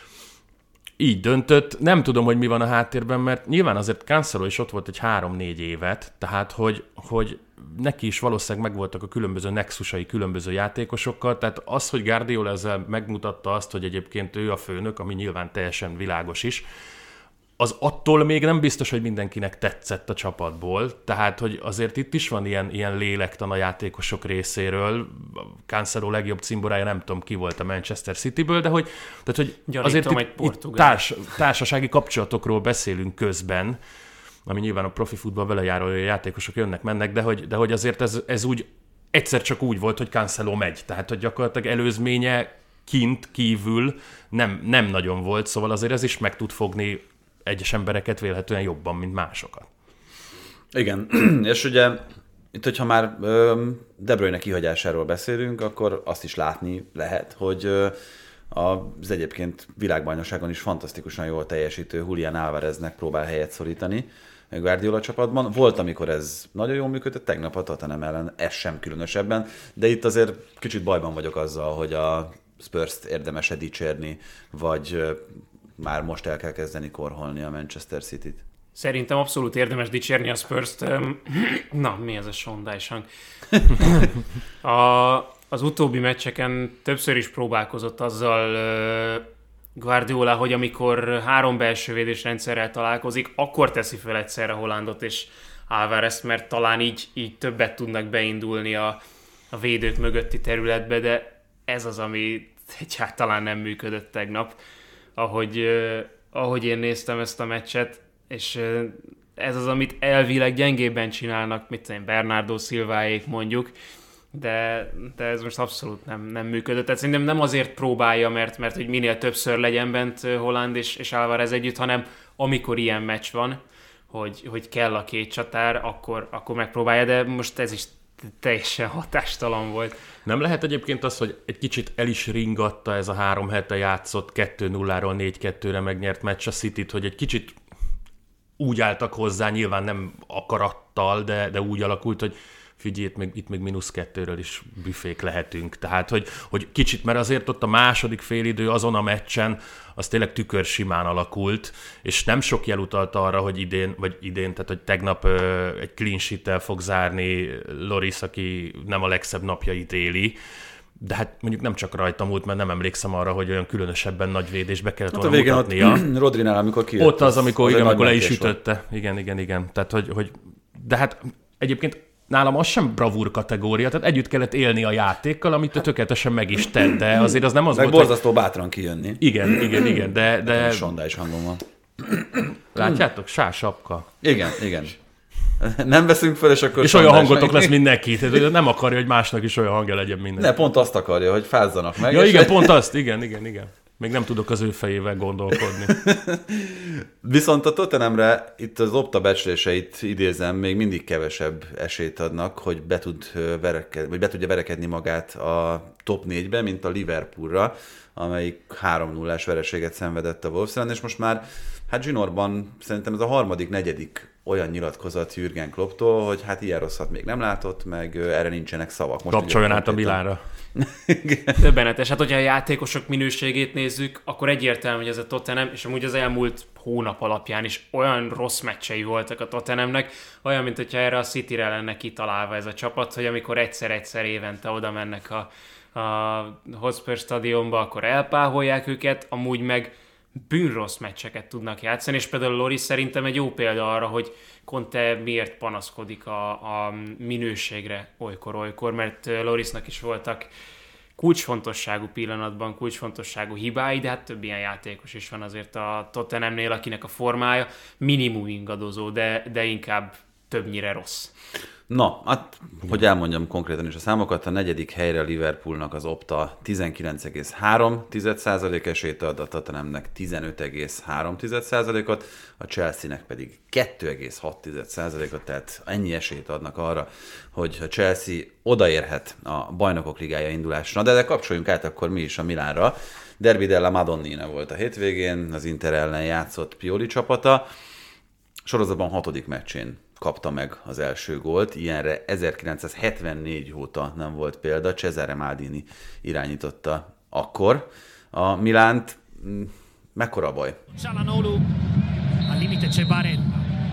Így döntött. Nem tudom, hogy mi van a háttérben, mert nyilván azért Cancelo is ott volt egy három-négy évet, tehát hogy, hogy neki is valószínűleg megvoltak a különböző nexusai különböző játékosokkal, tehát az, hogy Guardiola ezzel megmutatta azt, hogy egyébként ő a főnök, ami nyilván teljesen világos is, az attól még nem biztos, hogy mindenkinek tetszett a csapatból, tehát hogy azért itt is van ilyen, ilyen lélektan a játékosok részéről. Cancelo legjobb cimborája, nem tudom ki volt a Manchester Cityből, de hogy, tehát, hogy azért itt, itt társ, társasági kapcsolatokról beszélünk közben, ami nyilván a profi futball vele járó játékosok jönnek-mennek, de hogy, de hogy azért ez, ez úgy egyszer csak úgy volt, hogy Cancelo megy, tehát hogy gyakorlatilag előzménye kint, kívül nem, nem nagyon volt, szóval azért ez is meg tud fogni egyes embereket vélhetően jobban, mint másokat. Igen, és ugye itt, hogyha már De Bruyne kihagyásáról beszélünk, akkor azt is látni lehet, hogy az egyébként világbajnokságon is fantasztikusan jól teljesítő Julián Álvareznek próbál helyet szorítani Guardiola csapatban. Volt, amikor ez nagyon jól működött, tegnap a Tottenham ellen, ez sem különösebben, de itt azért kicsit bajban vagyok azzal, hogy a Spurs-t érdemes-e dicsérni, vagy már most el kell kezdeni korholni a Manchester Cityt. Szerintem abszolút érdemes dicsérni a Spurs-t. Na, mi ez a sondás hang? A, az utóbbi meccseken többször is próbálkozott azzal Guardiola, hogy amikor három belső védős rendszerrel találkozik, akkor teszi föl egyszerre Haalandot és Alvarez, mert talán így, így többet tudnak beindulni a, a védők mögötti területbe, de ez az, ami egyáltalán nem működött tegnap, ahogy, eh, ahogy én néztem ezt a meccset, és eh, ez az, amit elvileg gyengébben csinálnak, mit tudom, Bernardo Silváék mondjuk, de, de ez most abszolút nem, nem működött. Tehát szerintem nem azért próbálja, mert, mert hogy minél többször legyen bent Haaland és, és Alvarez együtt, hanem amikor ilyen meccs van, hogy, hogy kell a két csatár, akkor, akkor megpróbálja, de most ez is teljesen hatástalan volt. Nem lehet egyébként az, hogy egy kicsit el is ringatta ez a három hete játszott kettő nulláról négy kettőre megnyert meccs a Cityt, hogy egy kicsit úgy álltak hozzá, nyilván nem akarattal, de, de úgy alakult, hogy figyelj, itt még, itt még mínusz kettőről is büfék lehetünk. Tehát, hogy, hogy kicsit, mert azért ott a második félidő azon a meccsen, az tényleg tükörsimán alakult, és nem sok jel utalt arra, hogy idén, vagy idén, tehát hogy tegnap ö, egy clean sheet-tel fog zárni Lloris, aki nem a legszebb napjait éli. De hát mondjuk nem csak rajta múlt, mert nem emlékszem arra, hogy olyan különösebben nagy védésbe kellett hát volna mutatnia. Ott Rodrinál, amikor kijött. Ott az, amikor, az igen, amikor le is volt. ütötte. Igen, igen, igen. Tehát, hogy, hogy, de hát egyébként nálam az sem bravúr kategória, tehát együtt kellett élni a játékkal, amit hát, tökéletesen meg is tett, de azért az nem az meg volt, borzasztó hogy... bátran kijönni. Igen, igen, igen, de... de... Sonda is hangom van. Látjátok? Sásapka. Igen, igen. Nem veszünk fel, és akkor... És olyan hangotok lesz, mint neki. Tehát nem akarja, hogy másnak is olyan hangja legyen minden. Ne, pont azt akarja, hogy fázzanak meg. Ja, igen, egy... pont azt. Igen, igen, igen. Még nem tudok az ő fejével gondolkodni. Viszont a Tottenhamre itt az Opta becsléseit idézem, még mindig kevesebb esélyt adnak, hogy be, tud vereked, vagy be tudja verekedni magát a top négybe, mint a Liverpoolra, amelyik három nullás vereséget szenvedett a Wolves ellen, és most már hát zsinórban szerintem ez a harmadik, negyedik olyan nyilatkozat Jürgen Klopptól, hogy hát ilyen rosszat még nem látott, meg erre nincsenek szavak. Most kapcsoljon át a Milánra. Döbbenetes. Hát, hogyha a játékosok minőségét nézzük, akkor egyértelmű, hogy ez a Tottenham, és amúgy az elmúlt hónap alapján is olyan rossz meccsei voltak a Tottenhamnek, olyan, mint hogyha erre a Cityre lenne kitalálva ez a csapat, hogy amikor egyszer-egyszer évente oda mennek a, a Hotspur stadionba, akkor elpáholják őket, amúgy meg bűnrossz meccseket tudnak játszani, és például Lloris szerintem egy jó példa arra, hogy Conte miért panaszkodik a, a minőségre olykor-olykor, mert Llorisnak is voltak kulcsfontosságú pillanatban, kulcsfontosságú hibái, de hát több ilyen játékos is van azért a Tottenhamnél, akinek a formája minimum ingadozó, de, de inkább többnyire rossz. Na, hát, hogy elmondjam konkrétan is a számokat, a negyedik helyre Liverpoolnak az Opta tizenkilenc egész három százalék esélyt ad, a Tottenhamnek tizenöt egész három százalékot, a Chelsea-nek pedig kettő egész hat százalékot, tehát ennyi esélyt adnak arra, hogy a Chelsea odaérhet a Bajnokok Ligája indulásra. De, de kapcsoljunk át akkor mi is a Milánra. Derby della Madonnina volt a hétvégén, az Inter ellen játszott Pioli csapata. Sorozatban hatodik meccsén kapta meg az első gólt, ilyenre ezerkilencszázhetvennégy óta nem volt példa, Cesare Maldini irányította akkor. A Milánt mekkora baj? Çalhanoğlu, al limite c'è Barella.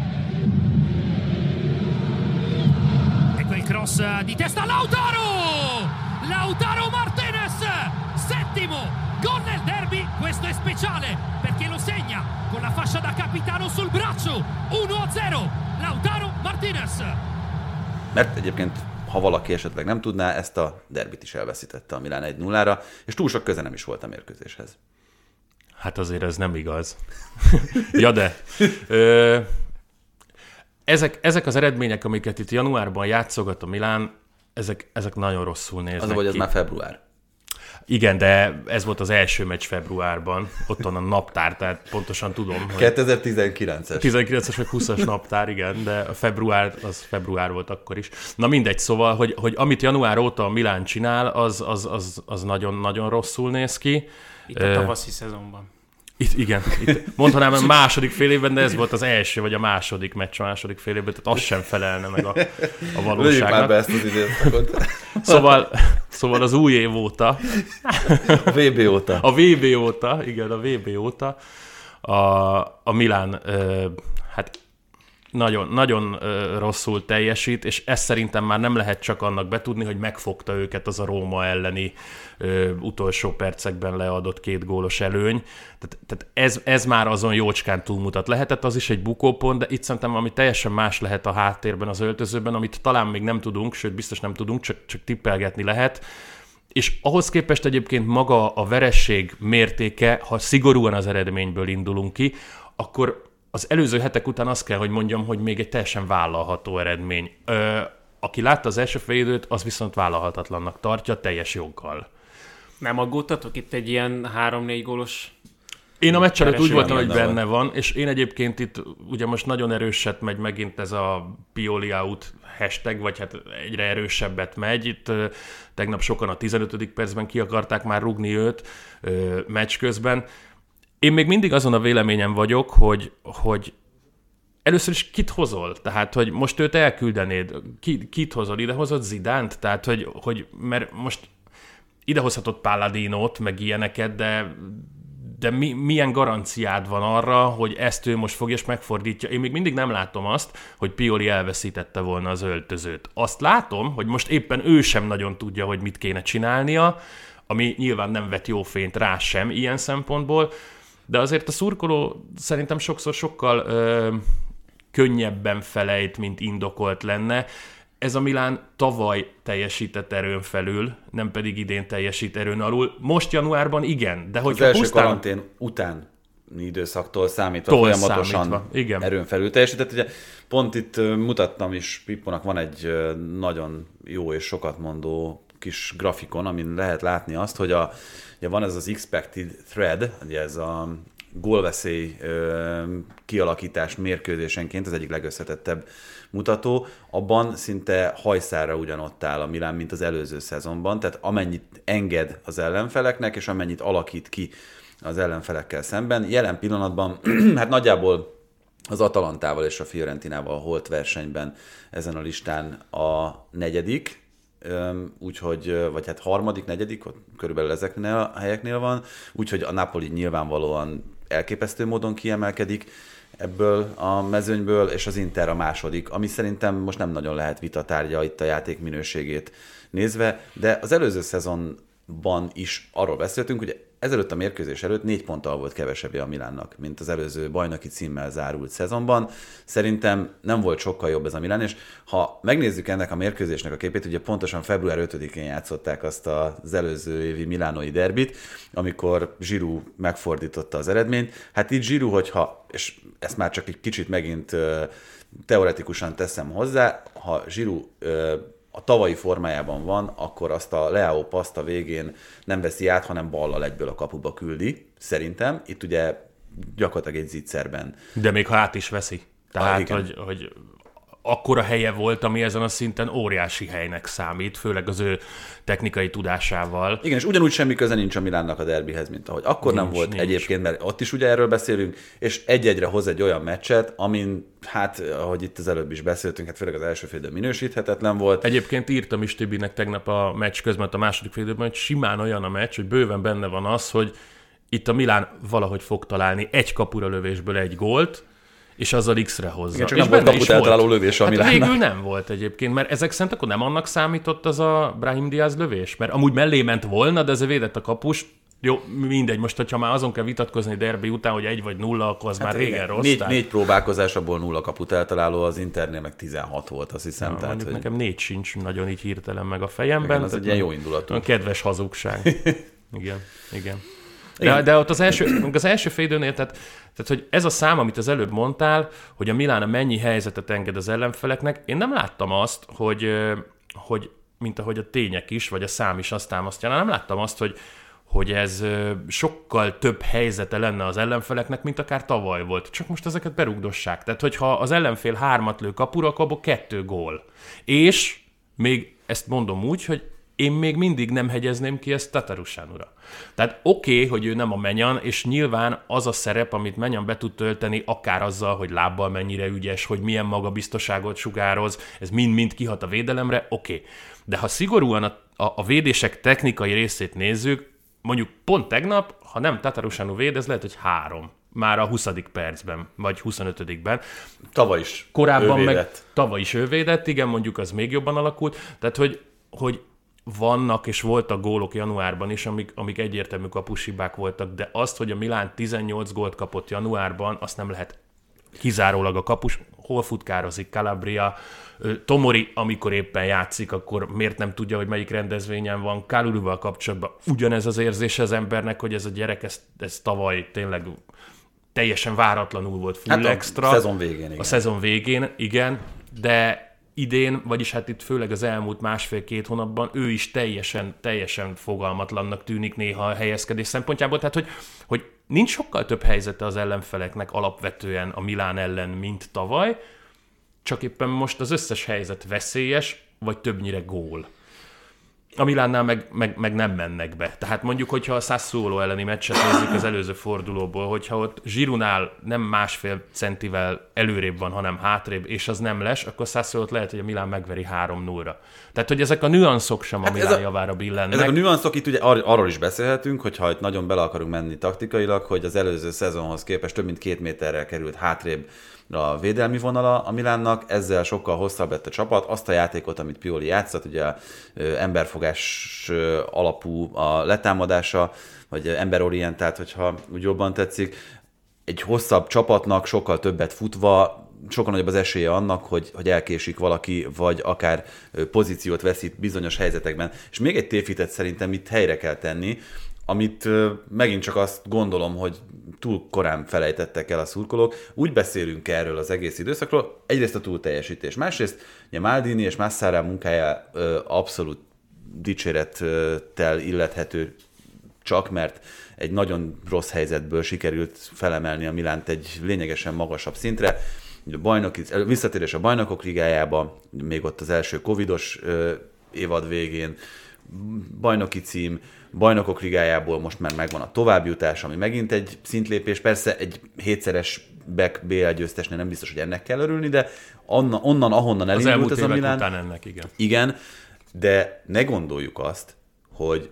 Ecco il cross di testa, Lautaro! Lautaro Martinez, settimo gol nel derby, questo è speciale perché lo segna con la fascia da capitano sul braccio, uno a zero. Lautaro Martinez. Mert egyébként, ha valaki esetleg nem tudná, ezt a derbit is elveszítette a Milán egy nullára, és túl sok köze nem is volt a mérkőzéshez. Hát azért ez nem igaz. Ja de. Ö, ezek, ezek az eredmények, amiket itt januárban játszogat a Milán, ezek, ezek nagyon rosszul néznek Az, hogy ez ki. már február. Igen, de ez volt az első meccs februárban, ott van a naptár, tehát pontosan tudom, hogy... kétezer-tizenkilences. tizenkilences vagy húszas naptár, igen, de a február, az február volt akkor is. Na mindegy, szóval, hogy, hogy amit január óta a Milán csinál, az, az, az, az nagyon-nagyon rosszul néz ki. Itt a tavaszi szezonban. Itt, igen, itt mondhatnám a második fél évben, de ez volt az első, vagy a második meccs a második fél évben, tehát az sem felelne meg a, a valóságnak. Lőjük már be ezt az időszakot. Szóval, szóval az új év óta. A vé bé óta. A vé bé óta, igen, a vé bé óta a, a Milán, ö, hát nagyon, nagyon ö, rosszul teljesít, és ezt szerintem már nem lehet csak annak betudni, hogy megfogta őket az a Róma elleni ö, utolsó percekben leadott két gólos előny. Tehát, tehát ez, ez már azon jócskán túlmutat. Lehetett az is egy bukópont, de itt szerintem ami teljesen más lehet a háttérben, az öltözőben, amit talán még nem tudunk, sőt biztos nem tudunk, csak, csak tippelgetni lehet. És ahhoz képest egyébként maga a veresség mértéke, ha szigorúan az eredményből indulunk ki, akkor az előző hetek után azt kell, hogy mondjam, hogy még egy teljesen vállalható eredmény. Ö, aki látta az első félidőt, az viszont vállalhatatlannak tartja, teljes joggal. Nem aggódtatok itt egy ilyen három-négy gólos? Én a meccs előtt úgy voltam, hogy benne benne van, és én egyébként itt ugye most nagyon erőset megy megint ez a Pioli out hashtag, vagy hát egyre erősebbet megy. Itt ö, tegnap sokan a tizenötödik percben ki akarták már rúgni őt ö, meccs közben. Én még mindig azon a véleményem vagyok, hogy, hogy először is kit hozol? Tehát, hogy most őt elküldenéd, ki, kit hozol? Ide hozott Zidánt? Tehát, hogy, hogy mert most idehozhatott Palladinót, meg ilyeneket, de, de mi, milyen garanciád van arra, hogy ezt ő most fogja és megfordítja? Én még mindig nem látom azt, hogy Pioli elveszítette volna az öltözőt. Azt látom, hogy most éppen ő sem nagyon tudja, hogy mit kéne csinálnia, ami nyilván nem vet jó fényt rá sem ilyen szempontból, de azért a szurkoló szerintem sokszor sokkal ö, könnyebben felejt, mint indokolt lenne. Ez a Milán tavaly teljesített erőn felül, nem pedig idén teljesít erőn alul. Most januárban igen, de hogyha az első pusztán... karantén után időszaktól számítva folyamatosan számítva. Igen. erőn felül teljesített. Ugye pont itt mutattam is, Pipponak van egy nagyon jó és sokat mondó kis grafikon, amin lehet látni azt, hogy a, ugye van ez az expected thread, ugye ez a gólveszély kialakítás mérkőzésenként az egyik legösszetettebb mutató, abban szinte hajszálra ugyanott áll a Milán, mint az előző szezonban, tehát amennyit enged az ellenfeleknek, és amennyit alakít ki az ellenfelekkel szemben. Jelen pillanatban, hát nagyjából az Atalantával és a Fiorentinával holt versenyben ezen a listán a negyedik, úgyhogy, vagy hát harmadik, negyedik, ott körülbelül ezeknél a helyeknél van, úgyhogy a Napoli nyilvánvalóan elképesztő módon kiemelkedik ebből a mezőnyből, és az Inter a második, ami szerintem most nem nagyon lehet vitatárgya itt a játék minőségét nézve, de az előző szezonban is arról beszéltünk, hogy ezelőtt a mérkőzés előtt négy ponttal volt kevesebbje a Milánnak, mint az előző bajnoki címmel zárult szezonban. Szerintem nem volt sokkal jobb ez a Milán, és ha megnézzük ennek a mérkőzésnek a képét, ugye pontosan február ötödikén játszották azt az előző évi milánói derbit, amikor Giroud megfordította az eredményt. Hát itt Giroud, hogyha, és ezt már csak egy kicsit megint teoretikusan teszem hozzá, ha Giroud a tavalyi formájában van, akkor azt a Leao paszt a végén nem veszi át, hanem ballal egyből a kapuba küldi, szerintem. Itt ugye gyakorlatilag egy zicserben. De még ha át is veszi. Tehát, ah, hogy, hogy akkora helye volt, ami ezen a szinten óriási helynek számít, főleg az ő technikai tudásával. Igen, és ugyanúgy semmi köze nincs a Milánnak a derbihez, mint ahogy akkor nincs, nem volt nincs. Egyébként, mert ott is ugye erről beszélünk, és egy-egyre hoz egy olyan meccset, amin, hát, ahogy itt az előbb is beszéltünk, hát főleg az első félidő minősíthetetlen volt. Egyébként írtam is Tibinek tegnap a meccs közben, a második félidőben, hogy simán olyan a meccs, hogy bőven benne van az, hogy itt a Milán valahogy fog találni egy kapura lövésből egy gólt, és azzal X-re hozza. Igen, csak és nem volt kaput eltaláló lövés a hát Milánnak. végül nem volt egyébként, mert ezek szerint akkor nem annak számított az a Brahim Diaz lövés? Mert amúgy mellé ment volna, de ez védett a kapus. Jó, mindegy, most, hogyha már azon kell vitatkozni derbi után, hogy egy vagy nulla, akkor az hát már régen rossz. Négy, négy próbálkozás, abból nulla kaput eltaláló, az Internél meg tizenhat volt, azt hiszem. Ja, tehát, hogy... Nekem nekem négy sincs nagyon így hirtelen meg a fejemben. Igen, az egy ilyen jó indulatú. Kedves hazugság. igen, igen. De, de ott az első, az első félidőnél, tehát, tehát, hogy ez a szám, amit az előbb mondtál, hogy a Milán mennyi helyzetet enged az ellenfeleknek, én nem láttam azt, hogy, hogy mint ahogy a tények is, vagy a szám is azt támasztja, nem láttam azt, hogy, hogy ez sokkal több helyzete lenne az ellenfeleknek, mint akár tavaly volt. Csak most ezeket berugdossák. Tehát, hogyha az ellenfél hármat lő kapura, akkor abból kettő gól. És még ezt mondom úgy, hogy én még mindig nem hegyezném ki ezt Tatarusánura. Tehát oké, okay, hogy ő nem a Menyan, és nyilván az a szerep, amit Menyan be tud tölteni, akár azzal, hogy lábbal mennyire ügyes, hogy milyen magabiztosságot sugároz, ez mind-mind kihat a védelemre, oké. Okay. De ha szigorúan a, a, a védések technikai részét nézzük, mondjuk pont tegnap, ha nem Tatarusánu véd, ez lehet, hogy három. már a huszadik percben, vagy huszonötödikben. Tavaly is Korábban ő meg védett. tavaly is ő védett, igen, mondjuk az még jobban alakult. Tehát, hogy, hogy vannak és voltak gólok januárban is, amik, amik egyértelmű kapushibák voltak, de azt, hogy a Milán tizennyolc gólt kapott januárban, azt nem lehet kizárólag a kapus, hol futkározik Calabria, Tomori, amikor éppen játszik, akkor miért nem tudja, hogy melyik rendezvényen van, Kaluluval kapcsolatban ugyanez az érzés az embernek, hogy ez a gyerek, ez, ez tavaly tényleg teljesen váratlanul volt full hát a extra. A szezon végén, igen. A szezon végén, igen, de idén, vagyis hát itt főleg az elmúlt másfél-két hónapban ő is teljesen, teljesen fogalmatlannak tűnik néha a helyezkedés szempontjából, tehát hogy, hogy nincs sokkal több helyzete az ellenfeleknek alapvetően a Milán ellen, mint tavaly, csak éppen most az összes helyzet veszélyes, vagy többnyire gól. A Milánnál meg, meg, meg nem mennek be. Tehát mondjuk, hogyha a Sassuolo elleni meccset nézzük az előző fordulóból, hogyha ott Giroudnál nem másfél centivel előrébb van, hanem hátrébb, és az nem les, akkor Sassuolót lehet, hogy a Milán megveri három nullra. Tehát, hogy ezek a nüanszok sem a hát Milán a, javára billennek. Ezek a nüanszok, itt ugye ar- arról is beszélhetünk, hogyha itt nagyon bele akarunk menni taktikailag, hogy az előző szezonhoz képest több mint két méterrel került hátrébb a védelmi vonala a Milánnak, ezzel sokkal hosszabb lett a csapat. Azt a játékot, amit Pioli játszott, ugye emberfogás alapú a letámadása, vagy emberorientált, hogyha úgy jobban tetszik, egy hosszabb csapatnak sokkal többet futva, sokkal nagyobb az esélye annak, hogy, hogy elkésik valaki, vagy akár pozíciót veszít bizonyos helyzetekben. És még egy tévhitet szerintem itt helyre kell tenni, amit megint csak azt gondolom, hogy túl korán felejtettek el a szurkolók. Úgy beszélünk erről az egész időszakról, egyrészt a túlteljesítés, másrészt ugye Maldini és Massara munkája abszolút dicsérettel illethető csak, mert egy nagyon rossz helyzetből sikerült felemelni a Milánt egy lényegesen magasabb szintre. A bajnoki, visszatérés a Bajnokok Ligájába, még ott az első covidos évad végén, bajnoki cím, Bajnokok Ligájából most már megvan a továbbjutás, ami megint egy szintlépés. Persze egy hétszeres back bé el győztesnél nem biztos, hogy ennek kell örülni, de onnan, onnan ahonnan elindult ez a Milán. Után ennek, igen. Igen, de ne gondoljuk azt, hogy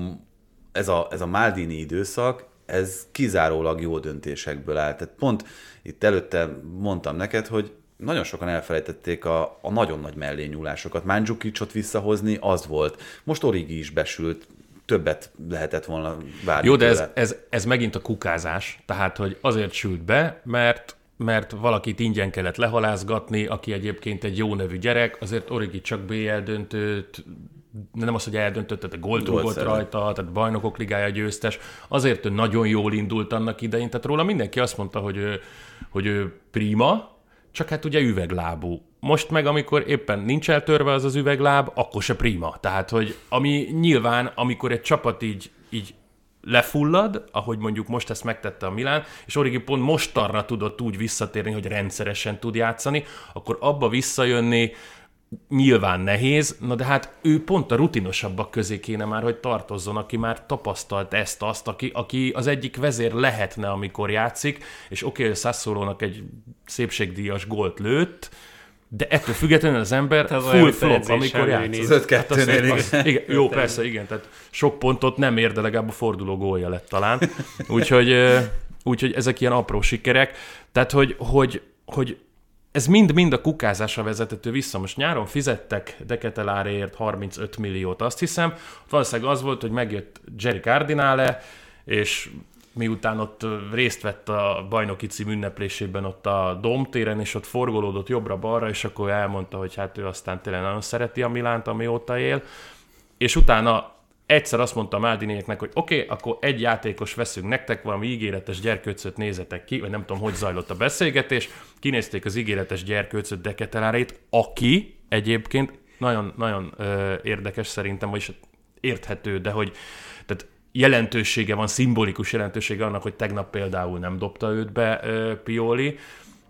ez a, ez a Maldini időszak, ez kizárólag jó döntésekből áll. Tehát pont itt előtte mondtam neked, hogy nagyon sokan elfelejtették a, a nagyon nagy mellényúlásokat. Mandzukićot visszahozni, az volt. Most Origi is besült, többet lehetett volna várni. Jó, de ez, ez, ez megint a kukázás. Tehát, hogy azért sült be, mert, mert valakit ingyen kellett lehalázgatni, aki egyébként egy jó nevű gyerek, azért Origi csak bé el döntőt, nem az, hogy eldöntött, tehát gólt rúgott rajta, tehát Bajnokok Ligája győztes. Azért ő nagyon jól indult annak idején, tehát róla mindenki azt mondta, hogy ő, hogy ő prima, csak hát ugye üveglábú. Most meg, amikor éppen nincs eltörve az az üvegláb, akkor se prima. Tehát, hogy ami nyilván, amikor egy csapat így, így lefullad, ahogy mondjuk most ezt megtette a Milán, és Origi pont mostanra tudott úgy visszatérni, hogy rendszeresen tud játszani, akkor abba visszajönni nyilván nehéz, na de hát ő pont a rutinosabbak közé kéne már, hogy tartozzon, aki már tapasztalt ezt-azt, aki, aki az egyik vezér lehetne, amikor játszik, és oké, okay, Sassuolónak egy szépségdíjas gólt lőtt, de ettől függetlenül az ember full flop, amikor játszik. Az öt kettőnél, hát igen. Jó, persze, igen, tehát sok pontot nem ér, de legalább a forduló gólja lett talán. Úgyhogy, úgyhogy ezek ilyen apró sikerek. Tehát, hogy, hogy, hogy ez mind-mind a kukázásra vezethető vissza. Most nyáron fizettek De Ketelaeréért harmincöt milliót, azt hiszem. Valószínűleg az volt, hogy megjött Jerry Cardinale, és miután ott részt vett a bajnoki cím ünneplésében ott a Dómtéren, és ott forgolódott jobbra-balra, és akkor elmondta, hogy hát ő aztán tényleg nagyon szereti a Milánt, amióta él. És utána egyszer azt mondta a Maldinieknek, hogy oké, okay, akkor egy játékos veszünk nektek, valami ígéretes gyerkőcöt nézetek ki, vagy nem tudom, hogy zajlott a beszélgetés. Kinézték az ígéretes gyerkőcöt, De Ketelaerét, aki egyébként nagyon, nagyon ö, érdekes szerintem, vagyis érthető, de hogy tehát jelentősége van, szimbolikus jelentősége annak, hogy tegnap például nem dobta őt be ö, Pioli.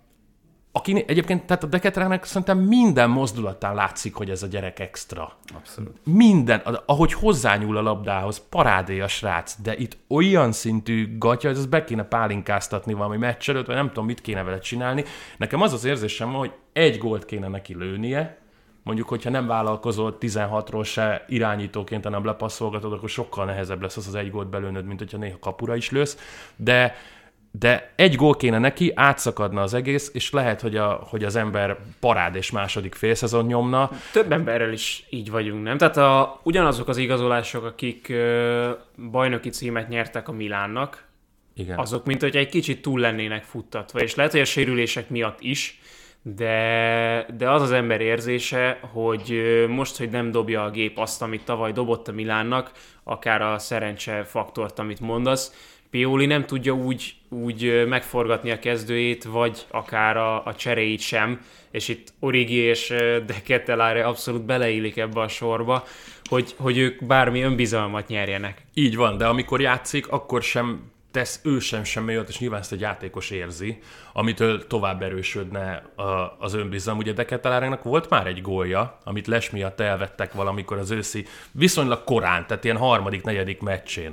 Aki egyébként, tehát a De Ketelaerének szerintem minden mozdulatán látszik, hogy ez a gyerek extra. Abszolút. Minden, ahogy hozzányúl a labdához, parádé a srác, de itt olyan szintű gatya, hogy ezt be kéne pálinkáztatni valami meccs előtt, vagy nem tudom, mit kéne vele csinálni. Nekem az az érzésem, hogy egy gólt kéne neki lőnie, mondjuk, hogyha nem vállalkozol tizenhatról se irányítóként, hanem lepasszolgatod, akkor sokkal nehezebb lesz az az egy gólt belőnöd, mint hogyha néha kapura is lősz, de de egy gól kéne neki, átszakadna az egész, és lehet, hogy, a, hogy az ember parád és második félszezon nyomna. Több emberrel is így vagyunk, nem? Tehát a, ugyanazok az igazolások, akik ö, bajnoki címet nyertek a Milánnak, igen. azok, mint hogy egy kicsit túl lennének futtatva, és lehet, hogy a sérülések miatt is, de, de az az ember érzése, hogy most, hogy nem dobja a gép azt, amit tavaly dobott a Milánnak, akár a szerencse faktort, amit mondasz, Pioli nem tudja úgy, úgy megforgatni a kezdőjét, vagy akár a, a cseréit sem, és itt Origi és De Ketelaere abszolút beleillik ebbe a sorba, hogy, hogy ők bármi önbizalmat nyerjenek. Így van, de amikor játszik, akkor sem tesz ő sem semmi olyat, és nyilván ezt egy játékos érzi, amitől tovább erősödne az önbizalom. Ugye De Ketelaerének volt már egy gólja, amit Les miatt elvettek valamikor az őszi, viszonylag korán, tehát ilyen harmadik, negyedik meccsén.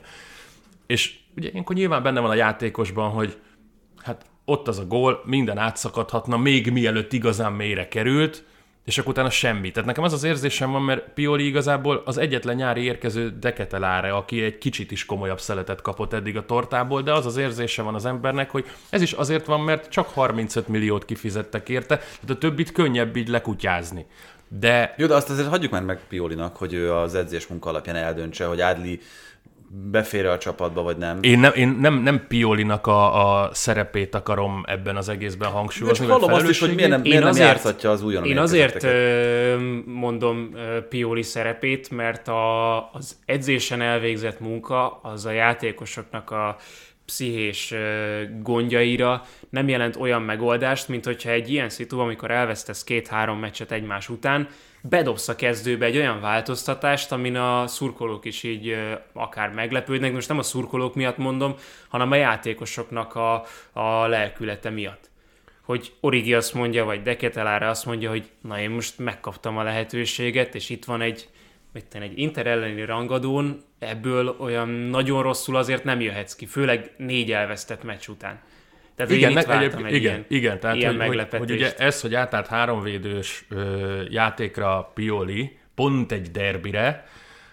És ugye ilyenkor nyilván benne van a játékosban, hogy hát ott az a gól, minden átszakadhatna, még mielőtt igazán mélyre került, és akkor utána semmi. Tehát nekem az az érzésem van, mert Pioli igazából az egyetlen nyári érkező De Ketelaere, aki egy kicsit is komolyabb szeletet kapott eddig a tortából, de az az érzése van az embernek, hogy ez is azért van, mert csak harmincöt milliót kifizettek érte, tehát a többit könnyebb így lekutyázni. De... Jó, de azt azért hagyjuk már meg Piolinak, hogy ő az edzés munka alapján eldöntse, hogy Adli befér a csapatba, vagy nem. Én nem, én nem, nem Piolinak a, a szerepét akarom ebben az egészben hangsúlyozni. Hallom azt is, hogy miért nem, miért nem azért, játszatja az újonnan. Én azért ö, mondom ö, Pioli szerepét, mert a, az edzésen elvégzett munka az a játékosoknak a pszichés ö, gondjaira nem jelent olyan megoldást, mint hogyha egy ilyen szitu, amikor elvesztesz két-három meccset egymás után, bedobsz a kezdőbe egy olyan változtatást, amin a szurkolók is így ö, akár meglepődnek, most nem a szurkolók miatt mondom, hanem a játékosoknak a, a lelkülete miatt. Hogy Origi azt mondja, vagy De Ketelaere azt mondja, hogy na én most megkaptam a lehetőséget, és itt van egy, egy Inter elleni rangadón, ebből olyan nagyon rosszul azért nem jöhetsz ki, főleg négy elvesztett meccs után. Tehát igen, én itt egyéb, egy igen, ilyen, igen, tehát ilyen hogy, hogy, hogy ugye ez, hogy átállt háromvédős ö, játékra Pioli, pont egy derbire,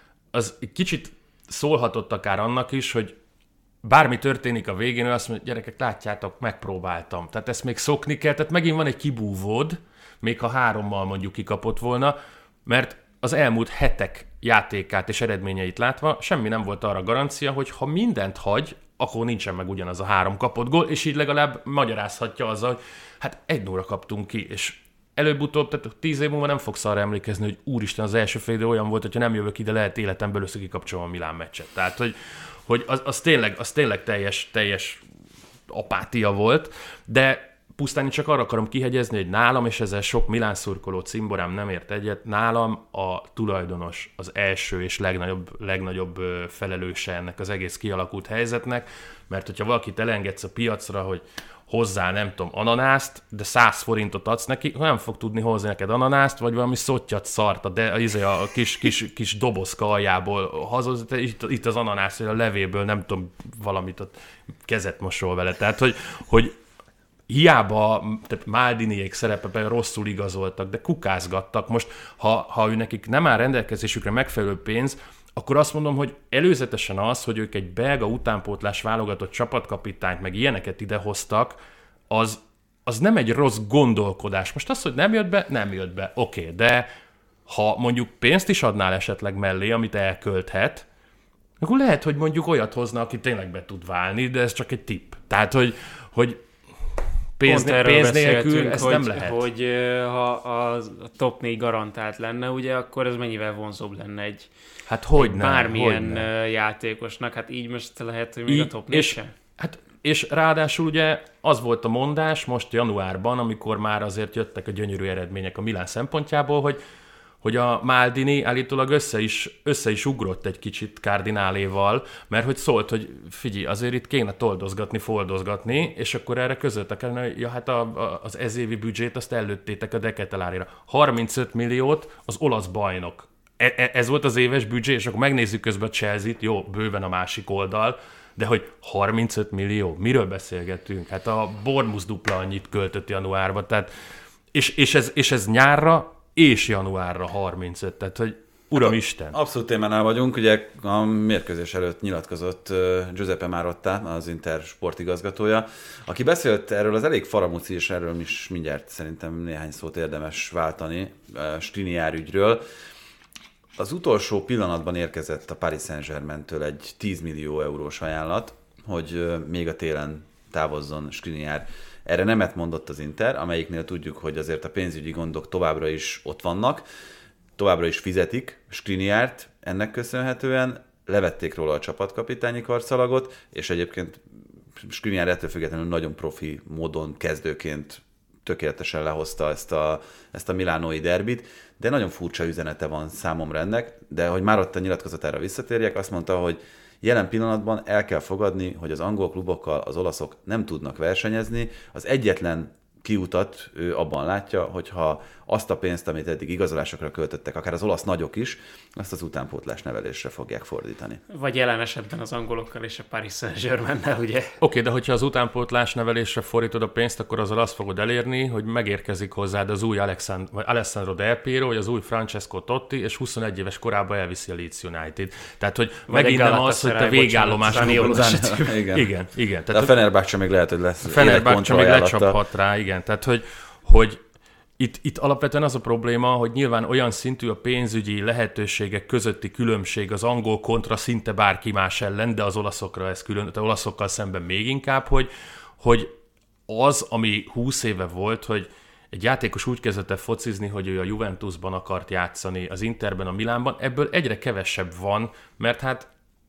az egy kicsit szólhatott akár annak is, hogy bármi történik a végén, ő azt mondja, gyerekek, látjátok, megpróbáltam. Tehát ezt még szokni kell, tehát megint van egy kibúvód, még ha hárommal mondjuk kikapott volna, mert az elmúlt hetek játékát és eredményeit látva semmi nem volt arra garancia, hogy ha mindent hagy, akkor nincsen meg ugyanaz a három kapott gól, és így legalább magyarázhatja azzal, hogy hát egy nulla kaptunk ki, és előbb-utóbb, tehát tíz év múlva nem fogsz arra emlékezni, hogy úristen, az első fél idő olyan volt, hogyha nem jövök ide, lehet életemben először kikapcsolom a Milán meccset. Tehát, hogy, hogy az, az, tényleg, az tényleg teljes, teljes apátia volt, de pusztán csak arra akarom kihegyezni, hogy nálam, és ezzel sok Milán szurkoló cimborám nem ért egyet, nálam a tulajdonos az első és legnagyobb, legnagyobb felelőse ennek az egész kialakult helyzetnek, mert hogyha valakit elengedsz a piacra, hogy hozzá, nem tudom, ananászt, de száz forintot adsz neki, nem fog tudni hozni neked ananászt, vagy valami szottyat szart, de a kis, kis, kis dobozka aljából hazoz, itt, itt az ananász, a levélből nem tudom, valamit ott kezet mosol vele. Tehát, hogy, hogy hiába, tehát Maldiniék szerepe rosszul igazoltak, de kukázgattak. Most, ha, ha ő nekik nem áll rendelkezésükre megfelelő pénz, akkor azt mondom, hogy előzetesen az, hogy ők egy belga utánpótlás válogatott csapatkapitányt, meg ilyeneket idehoztak, az, az nem egy rossz gondolkodás. Most az, hogy nem jött be, nem jött be. Oké, okay, de ha mondjuk pénzt is adnál esetleg mellé, amit elkölthet, akkor lehet, hogy mondjuk olyat hozna, aki tényleg be tud válni, de ez csak egy tipp. Tehát, hogy, hogy pénz, pénz nélkül ezt hogy, nem lehet. Hogy ha a top négy garantált lenne, ugye, akkor ez mennyivel vonzóbb lenne egy, hát hogy egy nem, bármilyen hogy nem. játékosnak. Hát így most lehet, hogy még így, a top négy és, sem. Hát, és ráadásul ugye az volt a mondás most januárban, amikor már azért jöttek a gyönyörű eredmények a Milán szempontjából, hogy hogy a Maldini állítólag össze is, össze is ugrott egy kicsit Kardináléval, mert hogy szólt, hogy figyelj, azért itt kéne toldozgatni, foldozgatni, és akkor erre közöltek el, hogy ja, hát a, a, az ezévi büdzsét azt előttétek a De Ketelaere-ra. harmincöt milliót az olasz bajnok. E, ez volt az éves büdzsé, és akkor megnézzük közben a Chelsea-t, jó, bőven a másik oldal, de hogy harmincöt millió, miről beszélgetünk? Hát a Bournemouth dupla annyit költött januárban, tehát, és, és, ez, és ez nyárra, és januárra harmincöt, tehát hogy Uramisten! Abszolút témánál vagyunk, ugye a mérkőzés előtt nyilatkozott Giuseppe Marotta, az Inter sportigazgatója, aki beszélt erről az elég faramúci, és erről is mindjárt szerintem néhány szót érdemes váltani Skriniar ügyről. Az utolsó pillanatban érkezett a Paris Saint-Germaintől egy tíz millió eurós ajánlat, hogy még a télen távozzon Skriniar. Erre nemet mondott az Inter, amelyiknél tudjuk, hogy azért a pénzügyi gondok továbbra is ott vannak, továbbra is fizetik Skriniart ennek köszönhetően, levették róla a csapatkapitányi karszalagot, és egyébként Skriniar ettől függetlenül nagyon profi módon kezdőként tökéletesen lehozta ezt a, ezt a milánói derbit, de nagyon furcsa üzenete van számomra ennek, de hogy már ott a nyilatkozatára visszatérjek, azt mondta, hogy jelen pillanatban el kell fogadni, hogy az angol klubokkal az olaszok nem tudnak versenyezni. Az egyetlen kiutat ő abban látja, hogyha azt a pénzt, amit eddig igazolásokra költöttek, akár az olasz nagyok is, azt az utánpótlás nevelésre fogják fordítani. Vagy jelen esetben az angolokkal és a Paris Saint-Germain-nel, ugye? Oké, okay, de hogyha az utánpótlás nevelésre fordítod a pénzt, akkor azzal azt fogod elérni, hogy megérkezik hozzád az új Alexand- vagy Alessandro Del Piero, vagy az új Francesco Totti, és huszonegy éves korában elviszi a Leeds United. Tehát, hogy vagy megint nem az, hogy te végállomásnak... Igen, igen. igen. Tehát, de a Fenerbahce még lehet, hogy lesz. A Fenerbahce még lecsaphat rá, igen. Tehát, hogy, hogy Itt, itt alapvetően az a probléma, hogy nyilván olyan szintű a pénzügyi lehetőségek közötti különbség az angol kontra szinte bárki más ellen, de az olaszokra ez külön, az olaszokkal szemben még inkább, hogy, hogy az, ami húsz éve volt, hogy egy játékos úgy kezdett el focizni, hogy ő a Juventusban akart játszani, az Interben, a Milánban, ebből egyre kevesebb van, mert hát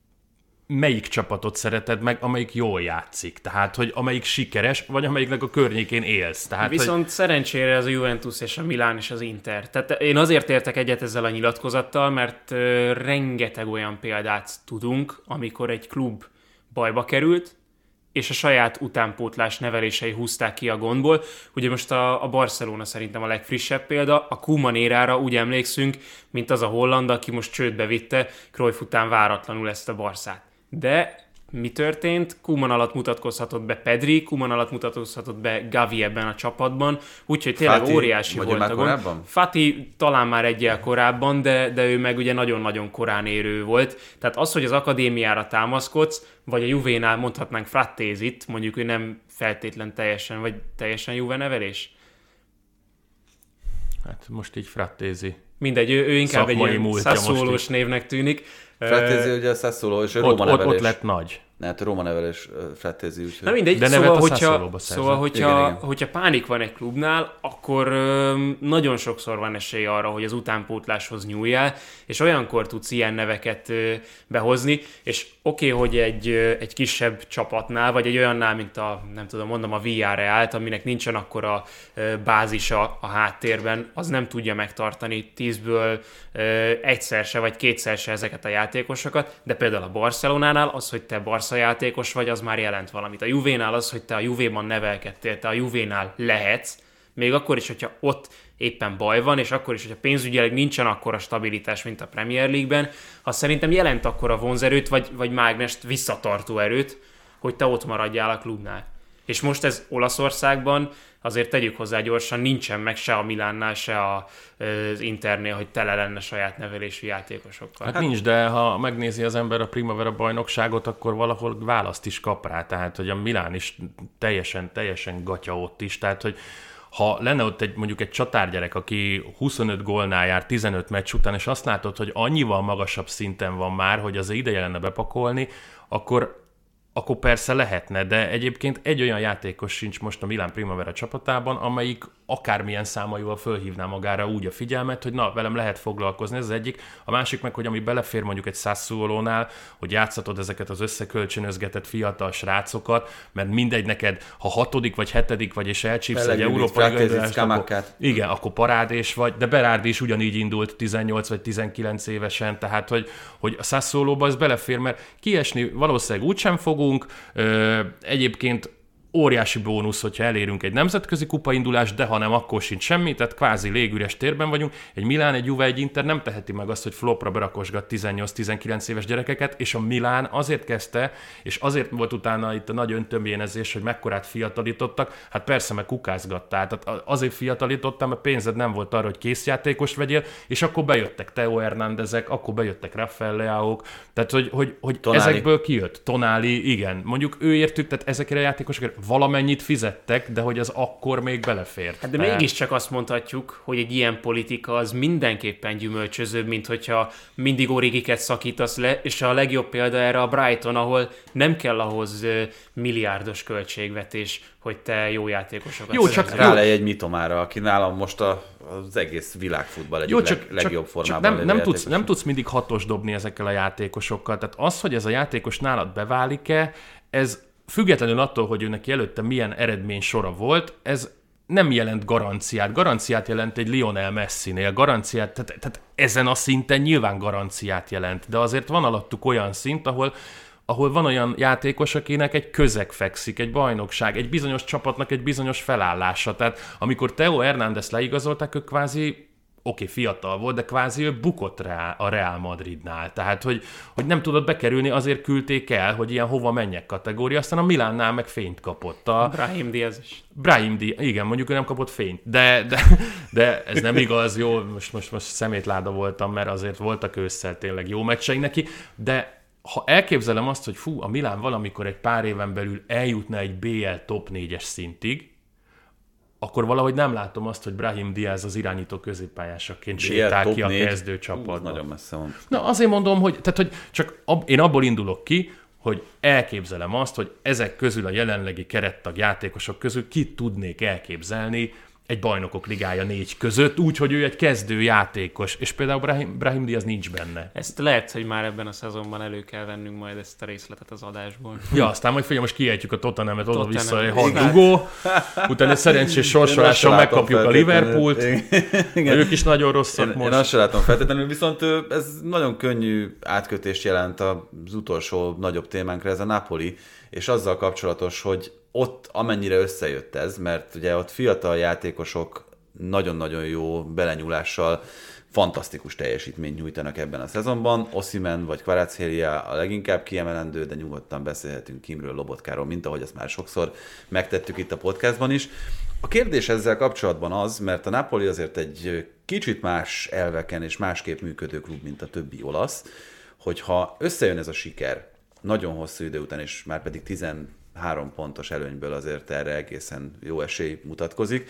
melyik csapatot szereted meg, amelyik jól játszik. Tehát, hogy amelyik sikeres, vagy amelyiknek a környékén élsz. Tehát, Viszont hogy... szerencsére ez a Juventus és a Milán és az Inter. Tehát én azért értek egyet ezzel a nyilatkozattal, mert uh, rengeteg olyan példát tudunk, amikor egy klub bajba került, és a saját utánpótlás nevelései húzták ki a gondból. Ugye most a, a Barcelona szerintem a legfrissebb példa, a Koeman érára úgy emlékszünk, mint az a holland, aki most csődbe vitte Cruyff után váratlanul ezt a Barszát. De mi történt? Koeman alatt mutatkozhatott be Pedri, Koeman alatt mutatkozhatott be Gavi ebben a csapatban, úgyhogy tényleg Fati, óriási volt a gond. Fati talán már egyel korábban, de, de ő meg ugye nagyon-nagyon korán érő volt. Tehát az, hogy az akadémiára támaszkodsz, vagy a Juvénál mondhatnánk Frattézit, mondjuk ő nem feltétlen teljesen, vagy teljesen Juve nevelés? Hát most így Frattézi. Mindegy, ő, ő inkább egy ilyen Sassuolós névnek tűnik. Frattézi ugye a Sassuolo, és Róma ott, nevelés. Ott, ott lett nagy. Hát Róma nevelés Frattézi, úgyhogy... Na mindegy, de szóval, hogyha, szóval hogyha, igen, igen. hogyha pánik van egy klubnál, akkor ö, nagyon sokszor van esély arra, hogy az utánpótláshoz nyúljál, és olyankor tudsz ilyen neveket ö, behozni, és oké, okay, hogy egy, ö, egy kisebb csapatnál, vagy egy olyannál, mint a, nem tudom, mondom, a Villarrealt, aminek nincsen akkora ö, bázisa a háttérben, az nem tudja megtartani tízből ö, egyszer se, vagy kétszer se ezeket a játékosokat, de például a Barcelonánál az, hogy te Barca játékos vagy, az már jelent valamit. A Juvénál az, hogy te a Juvéban nevelkedtél, te a Juvénál lehetsz, még akkor is, hogyha ott éppen baj van, és akkor is, hogyha pénzügyileg nincsen akkora stabilitás, mint a Premier League-ben, az szerintem jelent akkora vonzerőt, vagy, vagy mágnest visszatartó erőt, hogy te ott maradjál a klubnál. És most ez Olaszországban, azért tegyük hozzá gyorsan, nincsen meg se a Milánnál, se az Internél, hogy tele lenne saját nevelésű játékosokkal. Hát, hát nincs, de ha megnézi az ember a Primavera bajnokságot, akkor valahol választ is kap rá, tehát hogy a Milán is teljesen, teljesen gatya ott is, tehát hogy ha lenne ott egy, mondjuk egy csatárgyerek, aki huszonöt gólnál jár tizenöt meccs után, és azt látod, hogy annyival magasabb szinten van már, hogy az ideje lenne bepakolni, akkor akkor persze lehetne, de egyébként egy olyan játékos sincs most a Milán Primavera csapatában, amelyik akármilyen számaival fölhívná magára úgy a figyelmet, hogy na, velem lehet foglalkozni, ez az egyik. A másik meg, hogy ami belefér mondjuk egy Sassuolónál, hogy játszatod ezeket az összekölcsönözgetett fiatal srácokat, mert mindegy neked, ha hatodik vagy hetedik vagy, és elcsípsz egy Európa Liga, igen, akkor parádés vagy, de Berardi is ugyanígy indult tizennyolc vagy tizenkilenc évesen, tehát hogy, hogy a Sassuolóba ez belefér, mert kiesni valószínűleg úgysem fogunk, Ö, egyébként óriási bónusz, hogyha elérünk egy nemzetközi kupaindulást, de ha nem, akkor sincs semmi, tehát kvázi légüres térben vagyunk. Egy Milán, egy Juve, egy Inter nem teheti meg azt, hogy flopra berakosgat tizennyolc-tizenkilenc éves gyerekeket, és a Milán azért kezdte, és azért volt utána itt a nagy öntömjénezés, hogy mekkorát fiatalítottak, hát persze meg kukázgattál, tehát azért fiatalítottam, mert pénzed nem volt arra, hogy készjátékost vegyél, és akkor bejöttek Theo Hernándezek, akkor bejöttek Rafael Leaók, tehát hogy, hogy, hogy ezekből kijött. Tonali, igen, mondjuk ő értük, tehát ezekre a játékosokra valamennyit fizettek, de hogy az akkor még belefért. Hát de mégiscsak azt mondhatjuk, hogy egy ilyen politika az mindenképpen gyümölcsözőbb, mint hogyha mindig Origiket szakítasz le, és a legjobb példa erre a Brighton, ahol nem kell ahhoz milliárdos költségvetés, hogy te jó játékosokat jó, csak rálej egy Mitomára, aki nálam most a, az egész világfutball egyik jó, csak, leg, legjobb csak, formában. Csak nem, nem, tudsz, nem tudsz mindig hatos dobni ezekkel a játékosokkal. Tehát az, hogy ez a játékos nálad beválik-e, ez függetlenül attól, hogy ő neki előtte milyen eredmény sora volt, ez nem jelent garanciát. Garanciát jelent egy Lionel Messinél. Garanciát, tehát, tehát ezen a szinten nyilván garanciát jelent. De azért van alattuk olyan szint, ahol ahol van olyan játékos, akinek egy közeg fekszik, egy bajnokság, egy bizonyos csapatnak egy bizonyos felállása. Tehát amikor Theo Hernández leigazolták, ők kvázi, oké, fiatal volt, de kvázi ő bukott rá a Real Madridnál. Tehát, hogy, hogy nem tudott bekerülni, azért küldték el, hogy ilyen hova menjek kategória, aztán a Milánnál meg fényt kapott. A Brahim Diaz is. Brahim Diaz, igen, mondjuk ő nem kapott fényt, de, de, de ez nem igaz, jó, most, most, most szemétláda voltam, mert azért voltak ősszel tényleg jó meccseink neki, de ha elképzelem azt, hogy fú, a Milán valamikor egy pár éven belül eljutna egy bé el top négyes szintig, akkor valahogy nem látom azt, hogy Brahim Diaz az irányító középpályásaként sétál ki a kezdőcsapatba. Nagyon messze van. Na azért mondom, hogy, tehát, hogy csak ab, én abból indulok ki, hogy elképzelem azt, hogy ezek közül a jelenlegi kerettag játékosok közül kit tudnék elképzelni egy bajnokok ligája négy között, úgyhogy ő egy kezdő játékos, és például Brahim, Brahim Diaz nincs benne. Ezt lehet, hogy már ebben a szezonban elő kell vennünk majd ezt a részletet az adásból. Ja, aztán majd figyelj, most kiejtjük a Tottenhamet oda-vissza egy hat dugó, utána egy szerencsés sorsolással megkapjuk a Liverpoolt, ők is nagyon rosszak én, most. Én azt sem látom feltétlenül, viszont ez nagyon könnyű átkötést jelent az utolsó nagyobb témánkra, ez a Napoli, és azzal kapcsolatos, hogy ott amennyire összejött ez, mert ugye ott fiatal játékosok nagyon-nagyon jó belenyúlással fantasztikus teljesítményt nyújtanak ebben a szezonban. Osimhen vagy Kvaratskhelia a leginkább kiemelendő, de nyugodtan beszélhetünk Kimről, Lobotkáról, mint ahogy azt már sokszor megtettük itt a podcastban is. A kérdés ezzel kapcsolatban az, mert a Napoli azért egy kicsit más elveken és másképp működő klub, mint a többi olasz, hogyha összejön ez a siker nagyon hosszú idő után, és már pedig tizenhárom pontos előnyből azért erre egészen jó esély mutatkozik,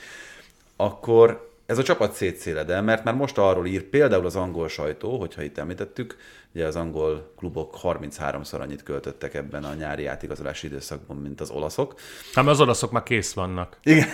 akkor ez a csapat szétszéled el, mert már most arról ír például az angol sajtó, hogyha itt említettük, ugye az angol klubok harmincháromszor annyit költöttek ebben a nyári átigazolási időszakban, mint az olaszok. Hát az olaszok már kész vannak. Igen.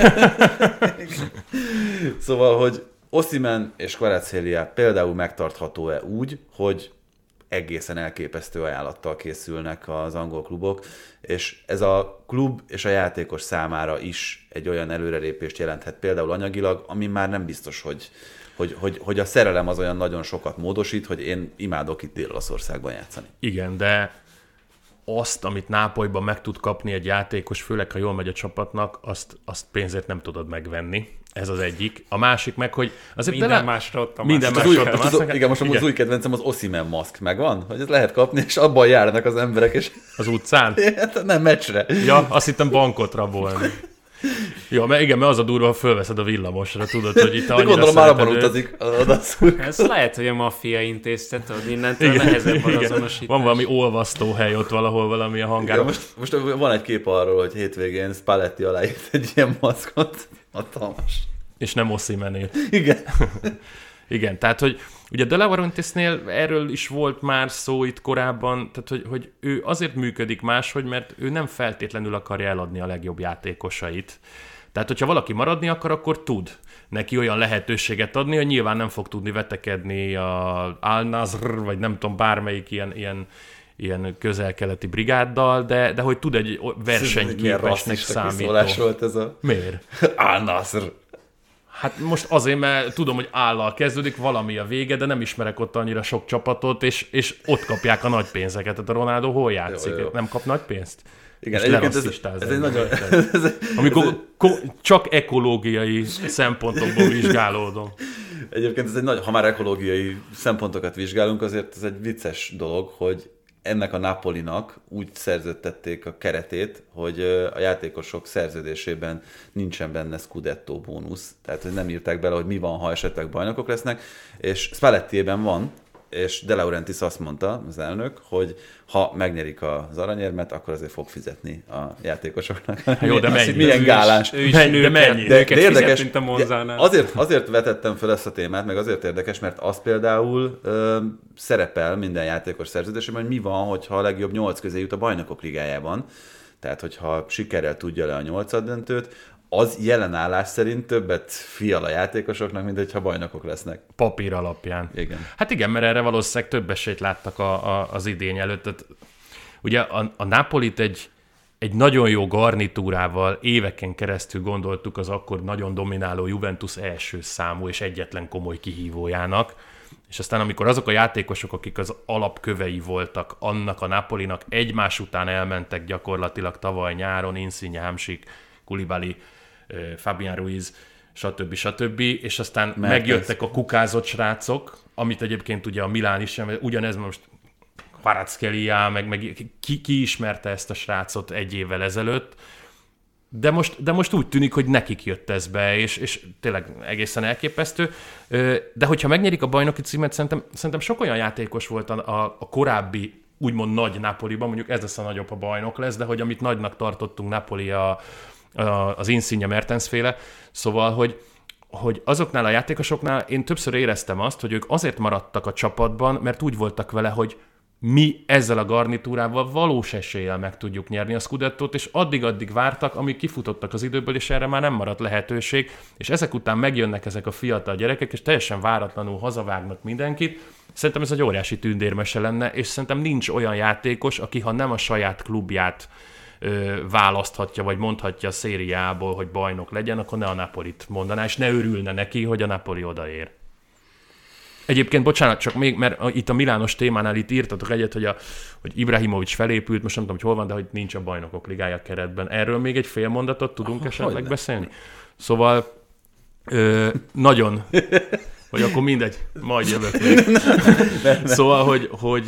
Szóval, hogy Osimhen és Kvaratskhelia például megtartható-e úgy, hogy egészen elképesztő ajánlattal készülnek az angol klubok, és ez a klub és a játékos számára is egy olyan előrelépést jelenthet például anyagilag, ami már nem biztos, hogy, hogy, hogy, hogy a szerelem az olyan nagyon sokat módosít, hogy én imádok itt Dél-Olaszországban játszani. Igen, de azt, amit Nápolyban meg tud kapni egy játékos, főleg ha jól megy a csapatnak, azt, azt pénzért nem tudod megvenni. Ez az egyik. A másik meg, hogy azért minden le... másra ott a minden másra. másra ott a másra. másra. Igen, most igen. Az új kedvencem az Osimhen maszk megvan, hogy ezt lehet kapni, és abban járnak az emberek, és... Az utcán? Hát, nem, meccsre. Ja, azt hittem bankot rabolni. Ja, mert igen, mert az a durva, ha fölveszed a villamosra, tudod, hogy itt annyira de gondolom már abban őt. utazik odaszúr. Ez lehet, hogy a maffia intézte, tudod, innentől nehezebb az azonosítás. Van valami olvasztóhely ott valahol, valami a hangáron. Most, most van egy kép arról, hogy hétvégén Spalletti aláírt egy ilyen maszkot. Hatalmas. És nem Osimhenét. Igen. Igen, tehát, hogy ugye De Laurentiisnél erről is volt már szó itt korábban, tehát, hogy, hogy ő azért működik máshogy, mert ő nem feltétlenül akarja eladni a legjobb játékosait. Tehát, hogyha valaki maradni akar, akkor tud neki olyan lehetőséget adni, hogy nyilván nem fog tudni vetekedni a Al-Nasr, vagy nem tudom, bármelyik ilyen, ilyen, ilyen közel-keleti brigáddal, de, de hogy tud egy versenyképesnek számító. Milyen volt ez a... Miért? Al-Nasr. Hát most azért, mert tudom, hogy állal kezdődik, valami a vége, de nem ismerek ott annyira sok csapatot, és, és ott kapják a nagy pénzeket. Tehát a Ronaldo hol játszik? Jó, jó. Nem kap nagy pénzt? Igen, és egyébként ez, ez egy nagyon... ez egy, amikor ez ko- csak ekológiai szempontokból vizsgálódom. Egyébként ez egy nagy, ha már ekológiai szempontokat vizsgálunk, azért ez egy vicces dolog, hogy ennek a Napolinak úgy szerződtették a keretét, hogy a játékosok szerződésében nincsen benne Scudetto bónusz, tehát hogy nem írták bele, hogy mi van, ha esetleg bajnokok lesznek, és Spallettiében van, és De Laurentiis azt mondta, az elnök, hogy ha megnyerik az aranyérmet, akkor azért fog fizetni a játékosoknak. Hát jó, de mennyi? Milyen gálás. Ő is Mennyi, nőket, de mennyi? De, nőket de érdekes, fizet, mint a Monzánál. azért, azért vetettem fel ezt a témát, meg azért érdekes, mert az például ö, szerepel minden játékos szerződésében, hogy mi van, hogyha a legjobb nyolc közé jut a Bajnokok Ligájában. Tehát, hogyha sikerrel tudja le a nyolcaddöntőt, az jelen állás szerint többet fial a játékosoknak, mint hogyha bajnokok lesznek. Papír alapján. Igen. Hát igen, mert erre valószínűleg több esélyt láttak a, a, az idény előtt. Tehát, ugye a, a Napolit egy, egy nagyon jó garnitúrával éveken keresztül gondoltuk az akkor nagyon domináló Juventus első számú és egyetlen komoly kihívójának. És aztán amikor azok a játékosok, akik az alapkövei voltak annak a Napolinak, egymás után elmentek gyakorlatilag tavaly nyáron, Insigne, Hamsik, Koulibaly, Fabian Ruiz, stb. stb. És aztán Mertens. Megjöttek a kukázott srácok, amit egyébként ugye a Milán is, ugyanez most Kvaratskhelia, meg, meg ki, ki ismerte ezt a srácot egy évvel ezelőtt, de most, de most úgy tűnik, hogy nekik jött ez be, és, és tényleg egészen elképesztő. De hogyha megnyerik a bajnoki címet, szerintem, szerintem sok olyan játékos volt a, a, a korábbi úgymond nagy Napoliban, mondjuk ez lesz a nagyobb, a bajnok lesz, de hogy amit nagynak tartottunk Napoli a az Insigne Mertens féle, szóval, hogy, hogy azoknál a játékosoknál én többször éreztem azt, hogy ők azért maradtak a csapatban, mert úgy voltak vele, hogy mi ezzel a garnitúrával valós eséllyel meg tudjuk nyerni a Scudettót, és addig-addig vártak, amíg kifutottak az időből, és erre már nem maradt lehetőség, és ezek után megjönnek ezek a fiatal gyerekek, és teljesen váratlanul hazavágnak mindenkit. Szerintem ez egy óriási tündérmese lenne, és szerintem nincs olyan játékos, aki ha nem a saját klubját választhatja, vagy mondhatja a szériából, hogy bajnok legyen, akkor ne a Napolit mondaná, és ne örülne neki, hogy a Napoli odaér. Egyébként, bocsánat, csak még, mert itt a Milános témánál itt írtatok egyet, hogy, a, hogy Ibrahimovic felépült, most nem tudom, hogy hol van, de hogy nincs a Bajnokok Ligája keretben. Erről még egy fél mondatot tudunk oh, esetleg beszélni? Szóval ö, nagyon, vagy akkor mindegy, majd jövök még. Szóval, hogy, hogy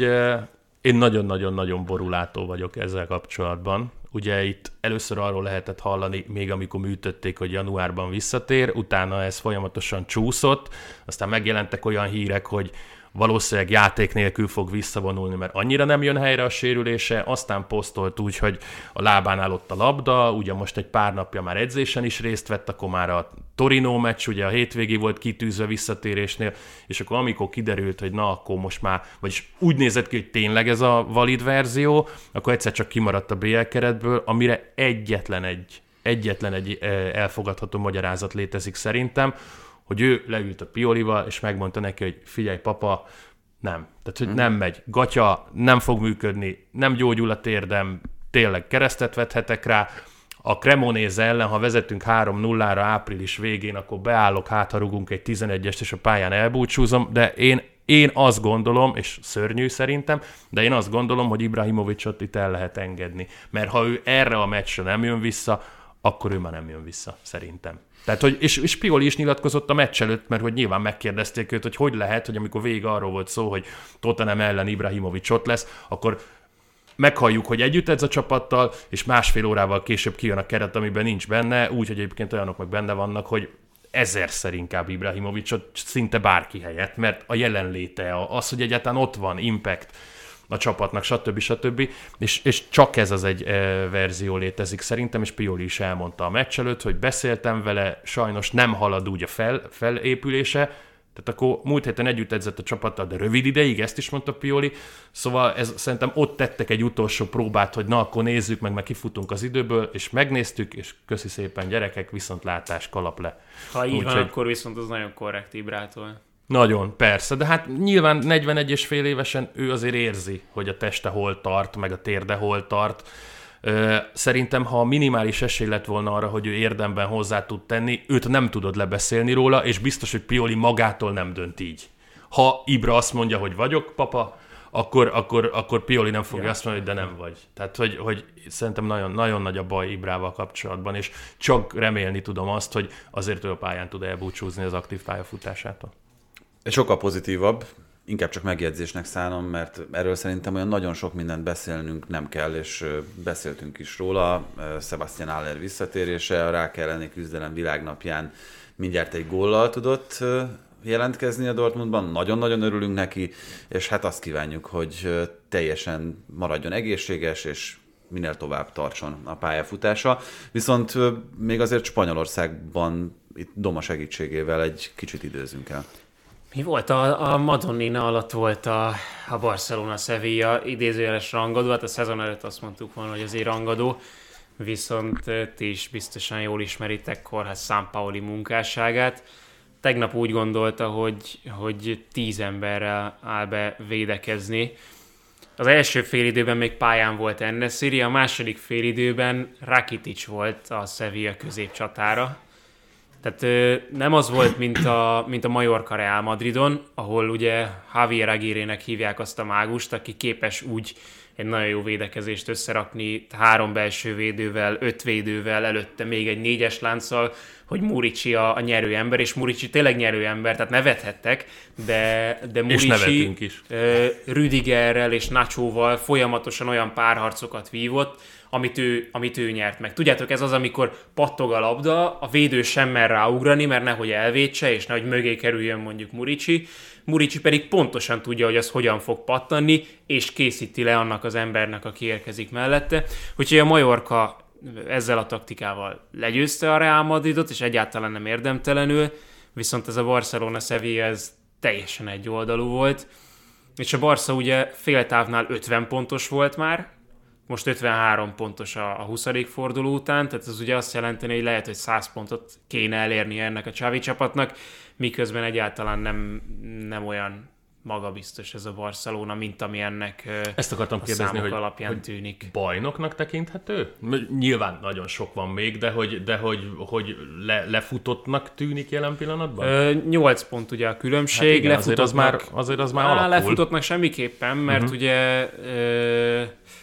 én nagyon-nagyon-nagyon borulátó vagyok ezzel kapcsolatban. Ugye itt először arról lehetett hallani, még amikor műtötték, hogy januárban visszatér, utána ez folyamatosan csúszott, aztán megjelentek olyan hírek, hogy valószínűleg játék nélkül fog visszavonulni, mert annyira nem jön helyre a sérülése, aztán posztolt úgy, hogy a lábánál ott a labda, ugye most egy pár napja már edzésen is részt vett, akkor már a Torino meccs, ugye a hétvégi volt kitűzve visszatérésnél, és akkor amikor kiderült, hogy na, akkor most már, vagyis úgy nézett ki, hogy tényleg ez a valid verzió, akkor egyszer csak kimaradt a bé el keretből, amire egyetlen egy, egyetlen egy elfogadható magyarázat létezik szerintem, hogy ő leült a Piolival, és megmondta neki, hogy figyelj, papa, nem. Tehát, hogy nem megy. Gatya, nem fog működni, nem gyógyul a térdem, tényleg keresztet vethetek rá. A Cremonese ellen, ha vezetünk három nullára április végén, akkor beállok, hát ha rugunk egy tizenegyest, és a pályán elbúcsúzom, de én, én azt gondolom, és szörnyű szerintem, de én azt gondolom, hogy Ibrahimovicot itt el lehet engedni. Mert ha ő erre a meccsre nem jön vissza, akkor ő már nem jön vissza, szerintem. Tehát, hogy, és, és Pioli is nyilatkozott a meccs előtt, mert hogy nyilván megkérdezték őt, hogy hogy lehet, hogy amikor végig arról volt szó, hogy Tottenham ellen Ibrahimovic ott lesz, akkor meghalljuk, hogy együtt edz a csapattal, és másfél órával később kijön a keret, amiben nincs benne, úgy, hogy egyébként olyanok meg benne vannak, hogy ezerszer inkább Ibrahimovicot szinte bárki helyett, mert a jelenléte, az, hogy egyáltalán ott van, impact a csapatnak, stb. stb. És, és csak ez az egy e, verzió létezik szerintem, és Pioli is elmondta a meccs előtt, hogy beszéltem vele, sajnos nem halad úgy a fel, felépülése, tehát akkor múlt héten együtt edzett a csapattal, de rövid ideig, ezt is mondta Pioli, szóval ez, szerintem ott tettek egy utolsó próbát, hogy na, akkor nézzük meg, meg kifutunk az időből, és megnéztük, és köszi szépen gyerekek, viszontlátás, kalap le. Ha így úgy, van, hogy... akkor viszont az nagyon korrekt Ibrától. Nagyon, persze, de hát nyilván negyvenegy és fél évesen ő azért érzi, hogy a teste hol tart, meg a térde hol tart. Szerintem, ha minimális esély lett volna arra, hogy ő érdemben hozzá tud tenni, őt nem tudod lebeszélni róla, és biztos, hogy Pioli magától nem dönt így. Ha Ibra azt mondja, hogy vagyok, papa, akkor, akkor, akkor Pioli nem fogja ja. azt mondani, hogy de nem vagy. Tehát, hogy, hogy szerintem nagyon, nagyon nagy a baj Ibrával kapcsolatban, és csak remélni tudom azt, hogy azért ő a pályán tud elbúcsúzni az aktív pályafutásától. Sokkal pozitívabb, inkább csak megjegyzésnek szánom, mert erről szerintem olyan nagyon sok mindent beszélnünk nem kell, és beszéltünk is róla. Sebastian Haller visszatérése, a rák elleni küzdelem világnapján mindjárt egy góllal tudott jelentkezni a Dortmundban, nagyon-nagyon örülünk neki, és hát azt kívánjuk, hogy teljesen maradjon egészséges, és minél tovább tartson a pályafutása. Viszont még azért Spanyolországban itt Doma segítségével egy kicsit időzünk el. Mi volt? A, a Madonnina alatt volt a, a Barcelona-Sevilla idézőjeles rangadó, hát a szezon előtt azt mondtuk volna, hogy azért rangadó, viszont ti is biztosan jól ismeritek Jorge Sampaoli munkásságát. Tegnap úgy gondolta, hogy, hogy tíz emberrel áll be védekezni. Az első félidőben még pályán volt En-Nesyri, a második félidőben Rakitic volt a Sevilla középcsatára. Tehát nem az volt, mint a, mint a Mallorca Real Madridon, ahol ugye Javier Aguirre-nek hívják azt a mágust, aki képes úgy egy nagyon jó védekezést összerakni, három belső védővel, öt védővel, előtte még egy négyes lánccal, hogy Murici a, a nyerő ember, és Murici tényleg nyerő ember, tehát nevethettek, de, de Murici is. Rüdigerrel és Nachóval folyamatosan olyan párharcokat vívott, amit ő, amit ő nyert meg. Tudjátok, ez az, amikor pattog a labda, a védő sem mer ráugrani, mert nehogy elvétse, és nehogy mögé kerüljön mondjuk Murici. Murici pedig pontosan tudja, hogy az hogyan fog pattanni, és készíti le annak az embernek, aki érkezik mellette. Úgyhogy a Mallorca ezzel a taktikával legyőzte a Real Madridot, és egyáltalán nem érdemtelenül, viszont ez a Barcelona-Sevilla ez teljesen egyoldalú volt, és a Barca ugye féltávnál ötven pontos volt már, most ötvenhárom pontos a, a huszadik forduló után, tehát ez ugye azt jelenteni, hogy lehet, hogy száz pontot kéne elérni ennek a Xavi csapatnak, miközben egyáltalán nem, nem olyan magabiztos ez a Barcelona, mint ami ennek Ezt akartam a kérdezni, számok hogy, alapján hogy tűnik. Bajnoknak tekinthető? Nyilván nagyon sok van még, de hogy, de hogy, hogy le, lefutottnak tűnik jelen pillanatban? Ö, nyolc pont ugye a különbség. Hát igen, azért az már, azért az már alakul. Lefutottnak semmiképpen, mert uh-huh. ugye ö,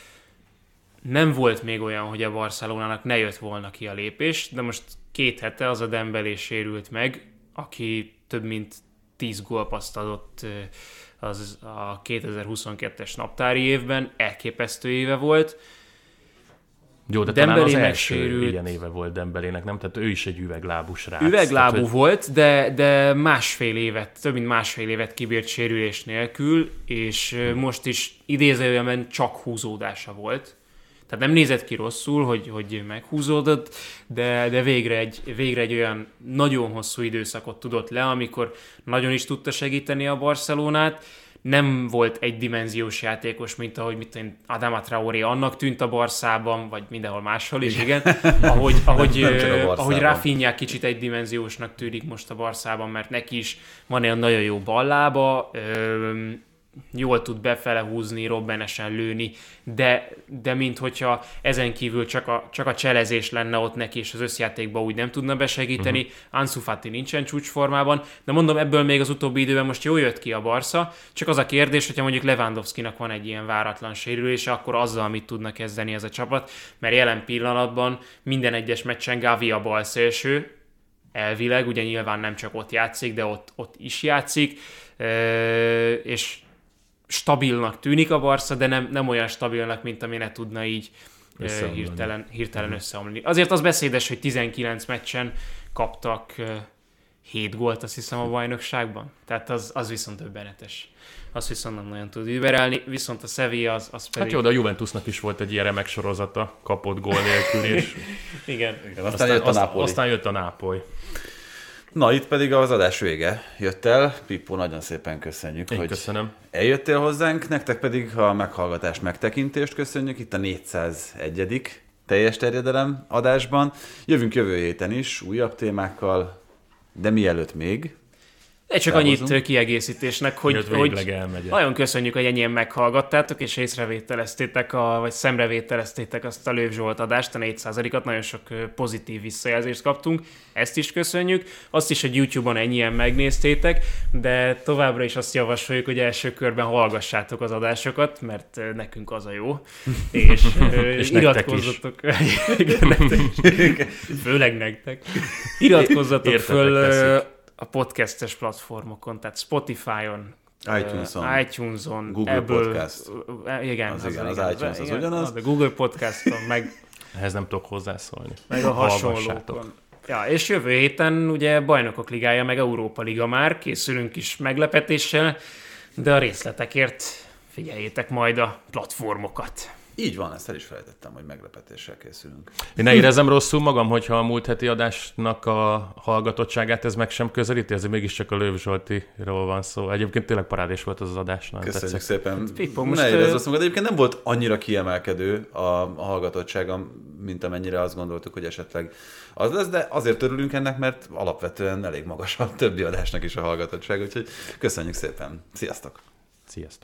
nem volt még olyan, hogy a Barcelonának ne jött volna ki a lépés, de most két hete az a Dembélé sérült meg, aki több mint tíz gólpasszt adott az a kétezer-huszonkettes naptári évben, elképesztő éve volt. Jó, de Dembélé talán az első megsérült. Ilyen éve volt Dembelének, nem? Tehát ő is egy üveglábú srác. Üveglábú tehát, volt, de, de másfél évet, több mint másfél évet kibírt sérülés nélkül, és hmm. most is idézőjelben csak húzódása volt. Tehát nem nézett ki rosszul, hogy, hogy meghúzódott, de, de végre, egy, végre egy olyan nagyon hosszú időszakot tudott le, amikor nagyon is tudta segíteni a Barcelonát. Nem volt egy dimenziós játékos, mint ahogy mit én, Adama Traoré annak tűnt a Barszában, vagy mindenhol máshol is, igen. Ahogy, ahogy, ahogy Rafinha kicsit egydimenziósnak tűnik most a Barszában, mert neki is van olyan nagyon jó ballába, jól tud befele húzni, robbenesen lőni, de, de minthogyha ezen kívül csak a, csak a cselezés lenne ott neki, és az összjátékba úgy nem tudna besegíteni. Uh-huh. Ansu Fati nincsen csúcsformában, de mondom, ebből még az utóbbi időben most jól jött ki a Barca, csak az a kérdés, hogyha mondjuk Lewandowskinak van egy ilyen váratlan sérülése, akkor azzal mit tudna kezdeni ez a csapat, mert jelen pillanatban minden egyes meccsen Gavi a balszélső, elvileg, ugye nyilván nem csak ott játszik, de ott, ott is játszik, és stabilnak tűnik a Barca, de nem, nem olyan stabilnak, mint ami ne tudna így uh, hirtelen, hirtelen uh-huh. összeomlani. Azért az beszédes, hogy tizenkilenc meccsen kaptak uh, hét gólt, azt hiszem, a bajnokságban. Tehát az, az viszont döbbenetes. Azt viszont nem nagyon tud überelni, viszont a Sevilla az, az pedig... Hát jó, de a Juventusnak is volt egy ilyen remek sorozata, kapott gól nélkül, és... Igen. Igen. Aztán, aztán jött a Nápoly. Aztán jött a Nápoly. Na, itt pedig az adás vége jött el. Pippo, nagyon szépen köszönjük, Én hogy köszönöm. eljöttél hozzánk. Nektek pedig a meghallgatás megtekintést köszönjük itt a négyszázegyedik teljes terjedelem adásban. Jövünk jövő héten is újabb témákkal, de mielőtt még... Egy csak távozunk. annyit kiegészítésnek, hogy, hogy nagyon köszönjük, hogy ennyien meghallgattátok, és észrevételeztétek, a, vagy szemrevételeztétek azt a Löw Zsolt adást, a négy százalékat, nagyon sok pozitív visszajelzést kaptunk, ezt is köszönjük. Azt is, hogy YouTube-on ennyien megnéztétek, de továbbra is azt javasoljuk, hogy első körben hallgassátok az adásokat, mert nekünk az a jó, és, és iratkozzatok. Igen, nektek is. Főleg nektek. Iratkozzatok föl a podcastes platformokon, tehát Spotify-on, iTunes-on, uh, iTunes-on, Google Apple, Podcast. Uh, igen, az, az, igen, az, az iTunes az igen, ugyanaz. Az a Google Podcaston, meg, ehhez nem tudok hozzászólni. meg a hasonlókon. Ja, és jövő héten ugye Bajnokok Ligája, meg Európa Liga már, készülünk is meglepetéssel, de a részletekért figyeljétek majd a platformokat. Így van, ezt el is felejtettem, hogy meglepetéssel készülünk. Én ne érezzem rosszul magam, hogyha a múlt heti adásnak a hallgatottságát ez meg sem közelíti, ezért mégiscsak a Löw Zsoltiról van szó. Egyébként tényleg parádés volt az az adás. Köszönjük tetszett. szépen. Pippo, Ne most, érezz rosszul magad. Egyébként nem volt annyira kiemelkedő a, a hallgatottsága, mint amennyire azt gondoltuk, hogy esetleg az lesz, de azért örülünk ennek, mert alapvetően elég magas a többi adásnak is a hallgatottság, úgyhogy köszönjük szépen. Sziasztok! Sziasztok!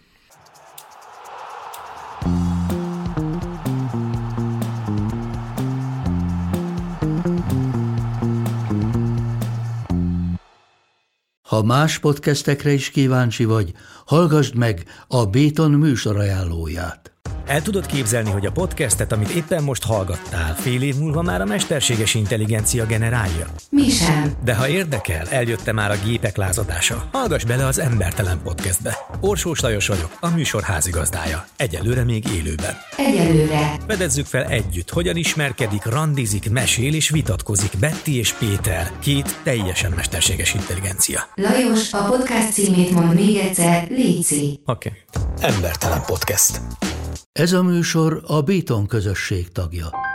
Ha más podcastekre is kíváncsi vagy, hallgassd meg a Béton műsor ajánlóját. El tudod képzelni, hogy a podcastet, amit éppen most hallgattál, fél év múlva már a mesterséges intelligencia generálja? Mi sem. De ha érdekel, eljött már a gépek lázadása. Hallgass bele az Embertelen Podcastbe. Orsós Lajos vagyok, a műsor házigazdája. Egyelőre még élőben. Egyelőre. Fedezzük fel együtt, hogyan ismerkedik, randizik, mesél és vitatkozik Betty és Péter, két teljesen mesterséges intelligencia. Lajos, a podcast címét mond még egyszer, léci. Oké. Okay. Embertelen Podcast. Ez a műsor a Béton közösség tagja.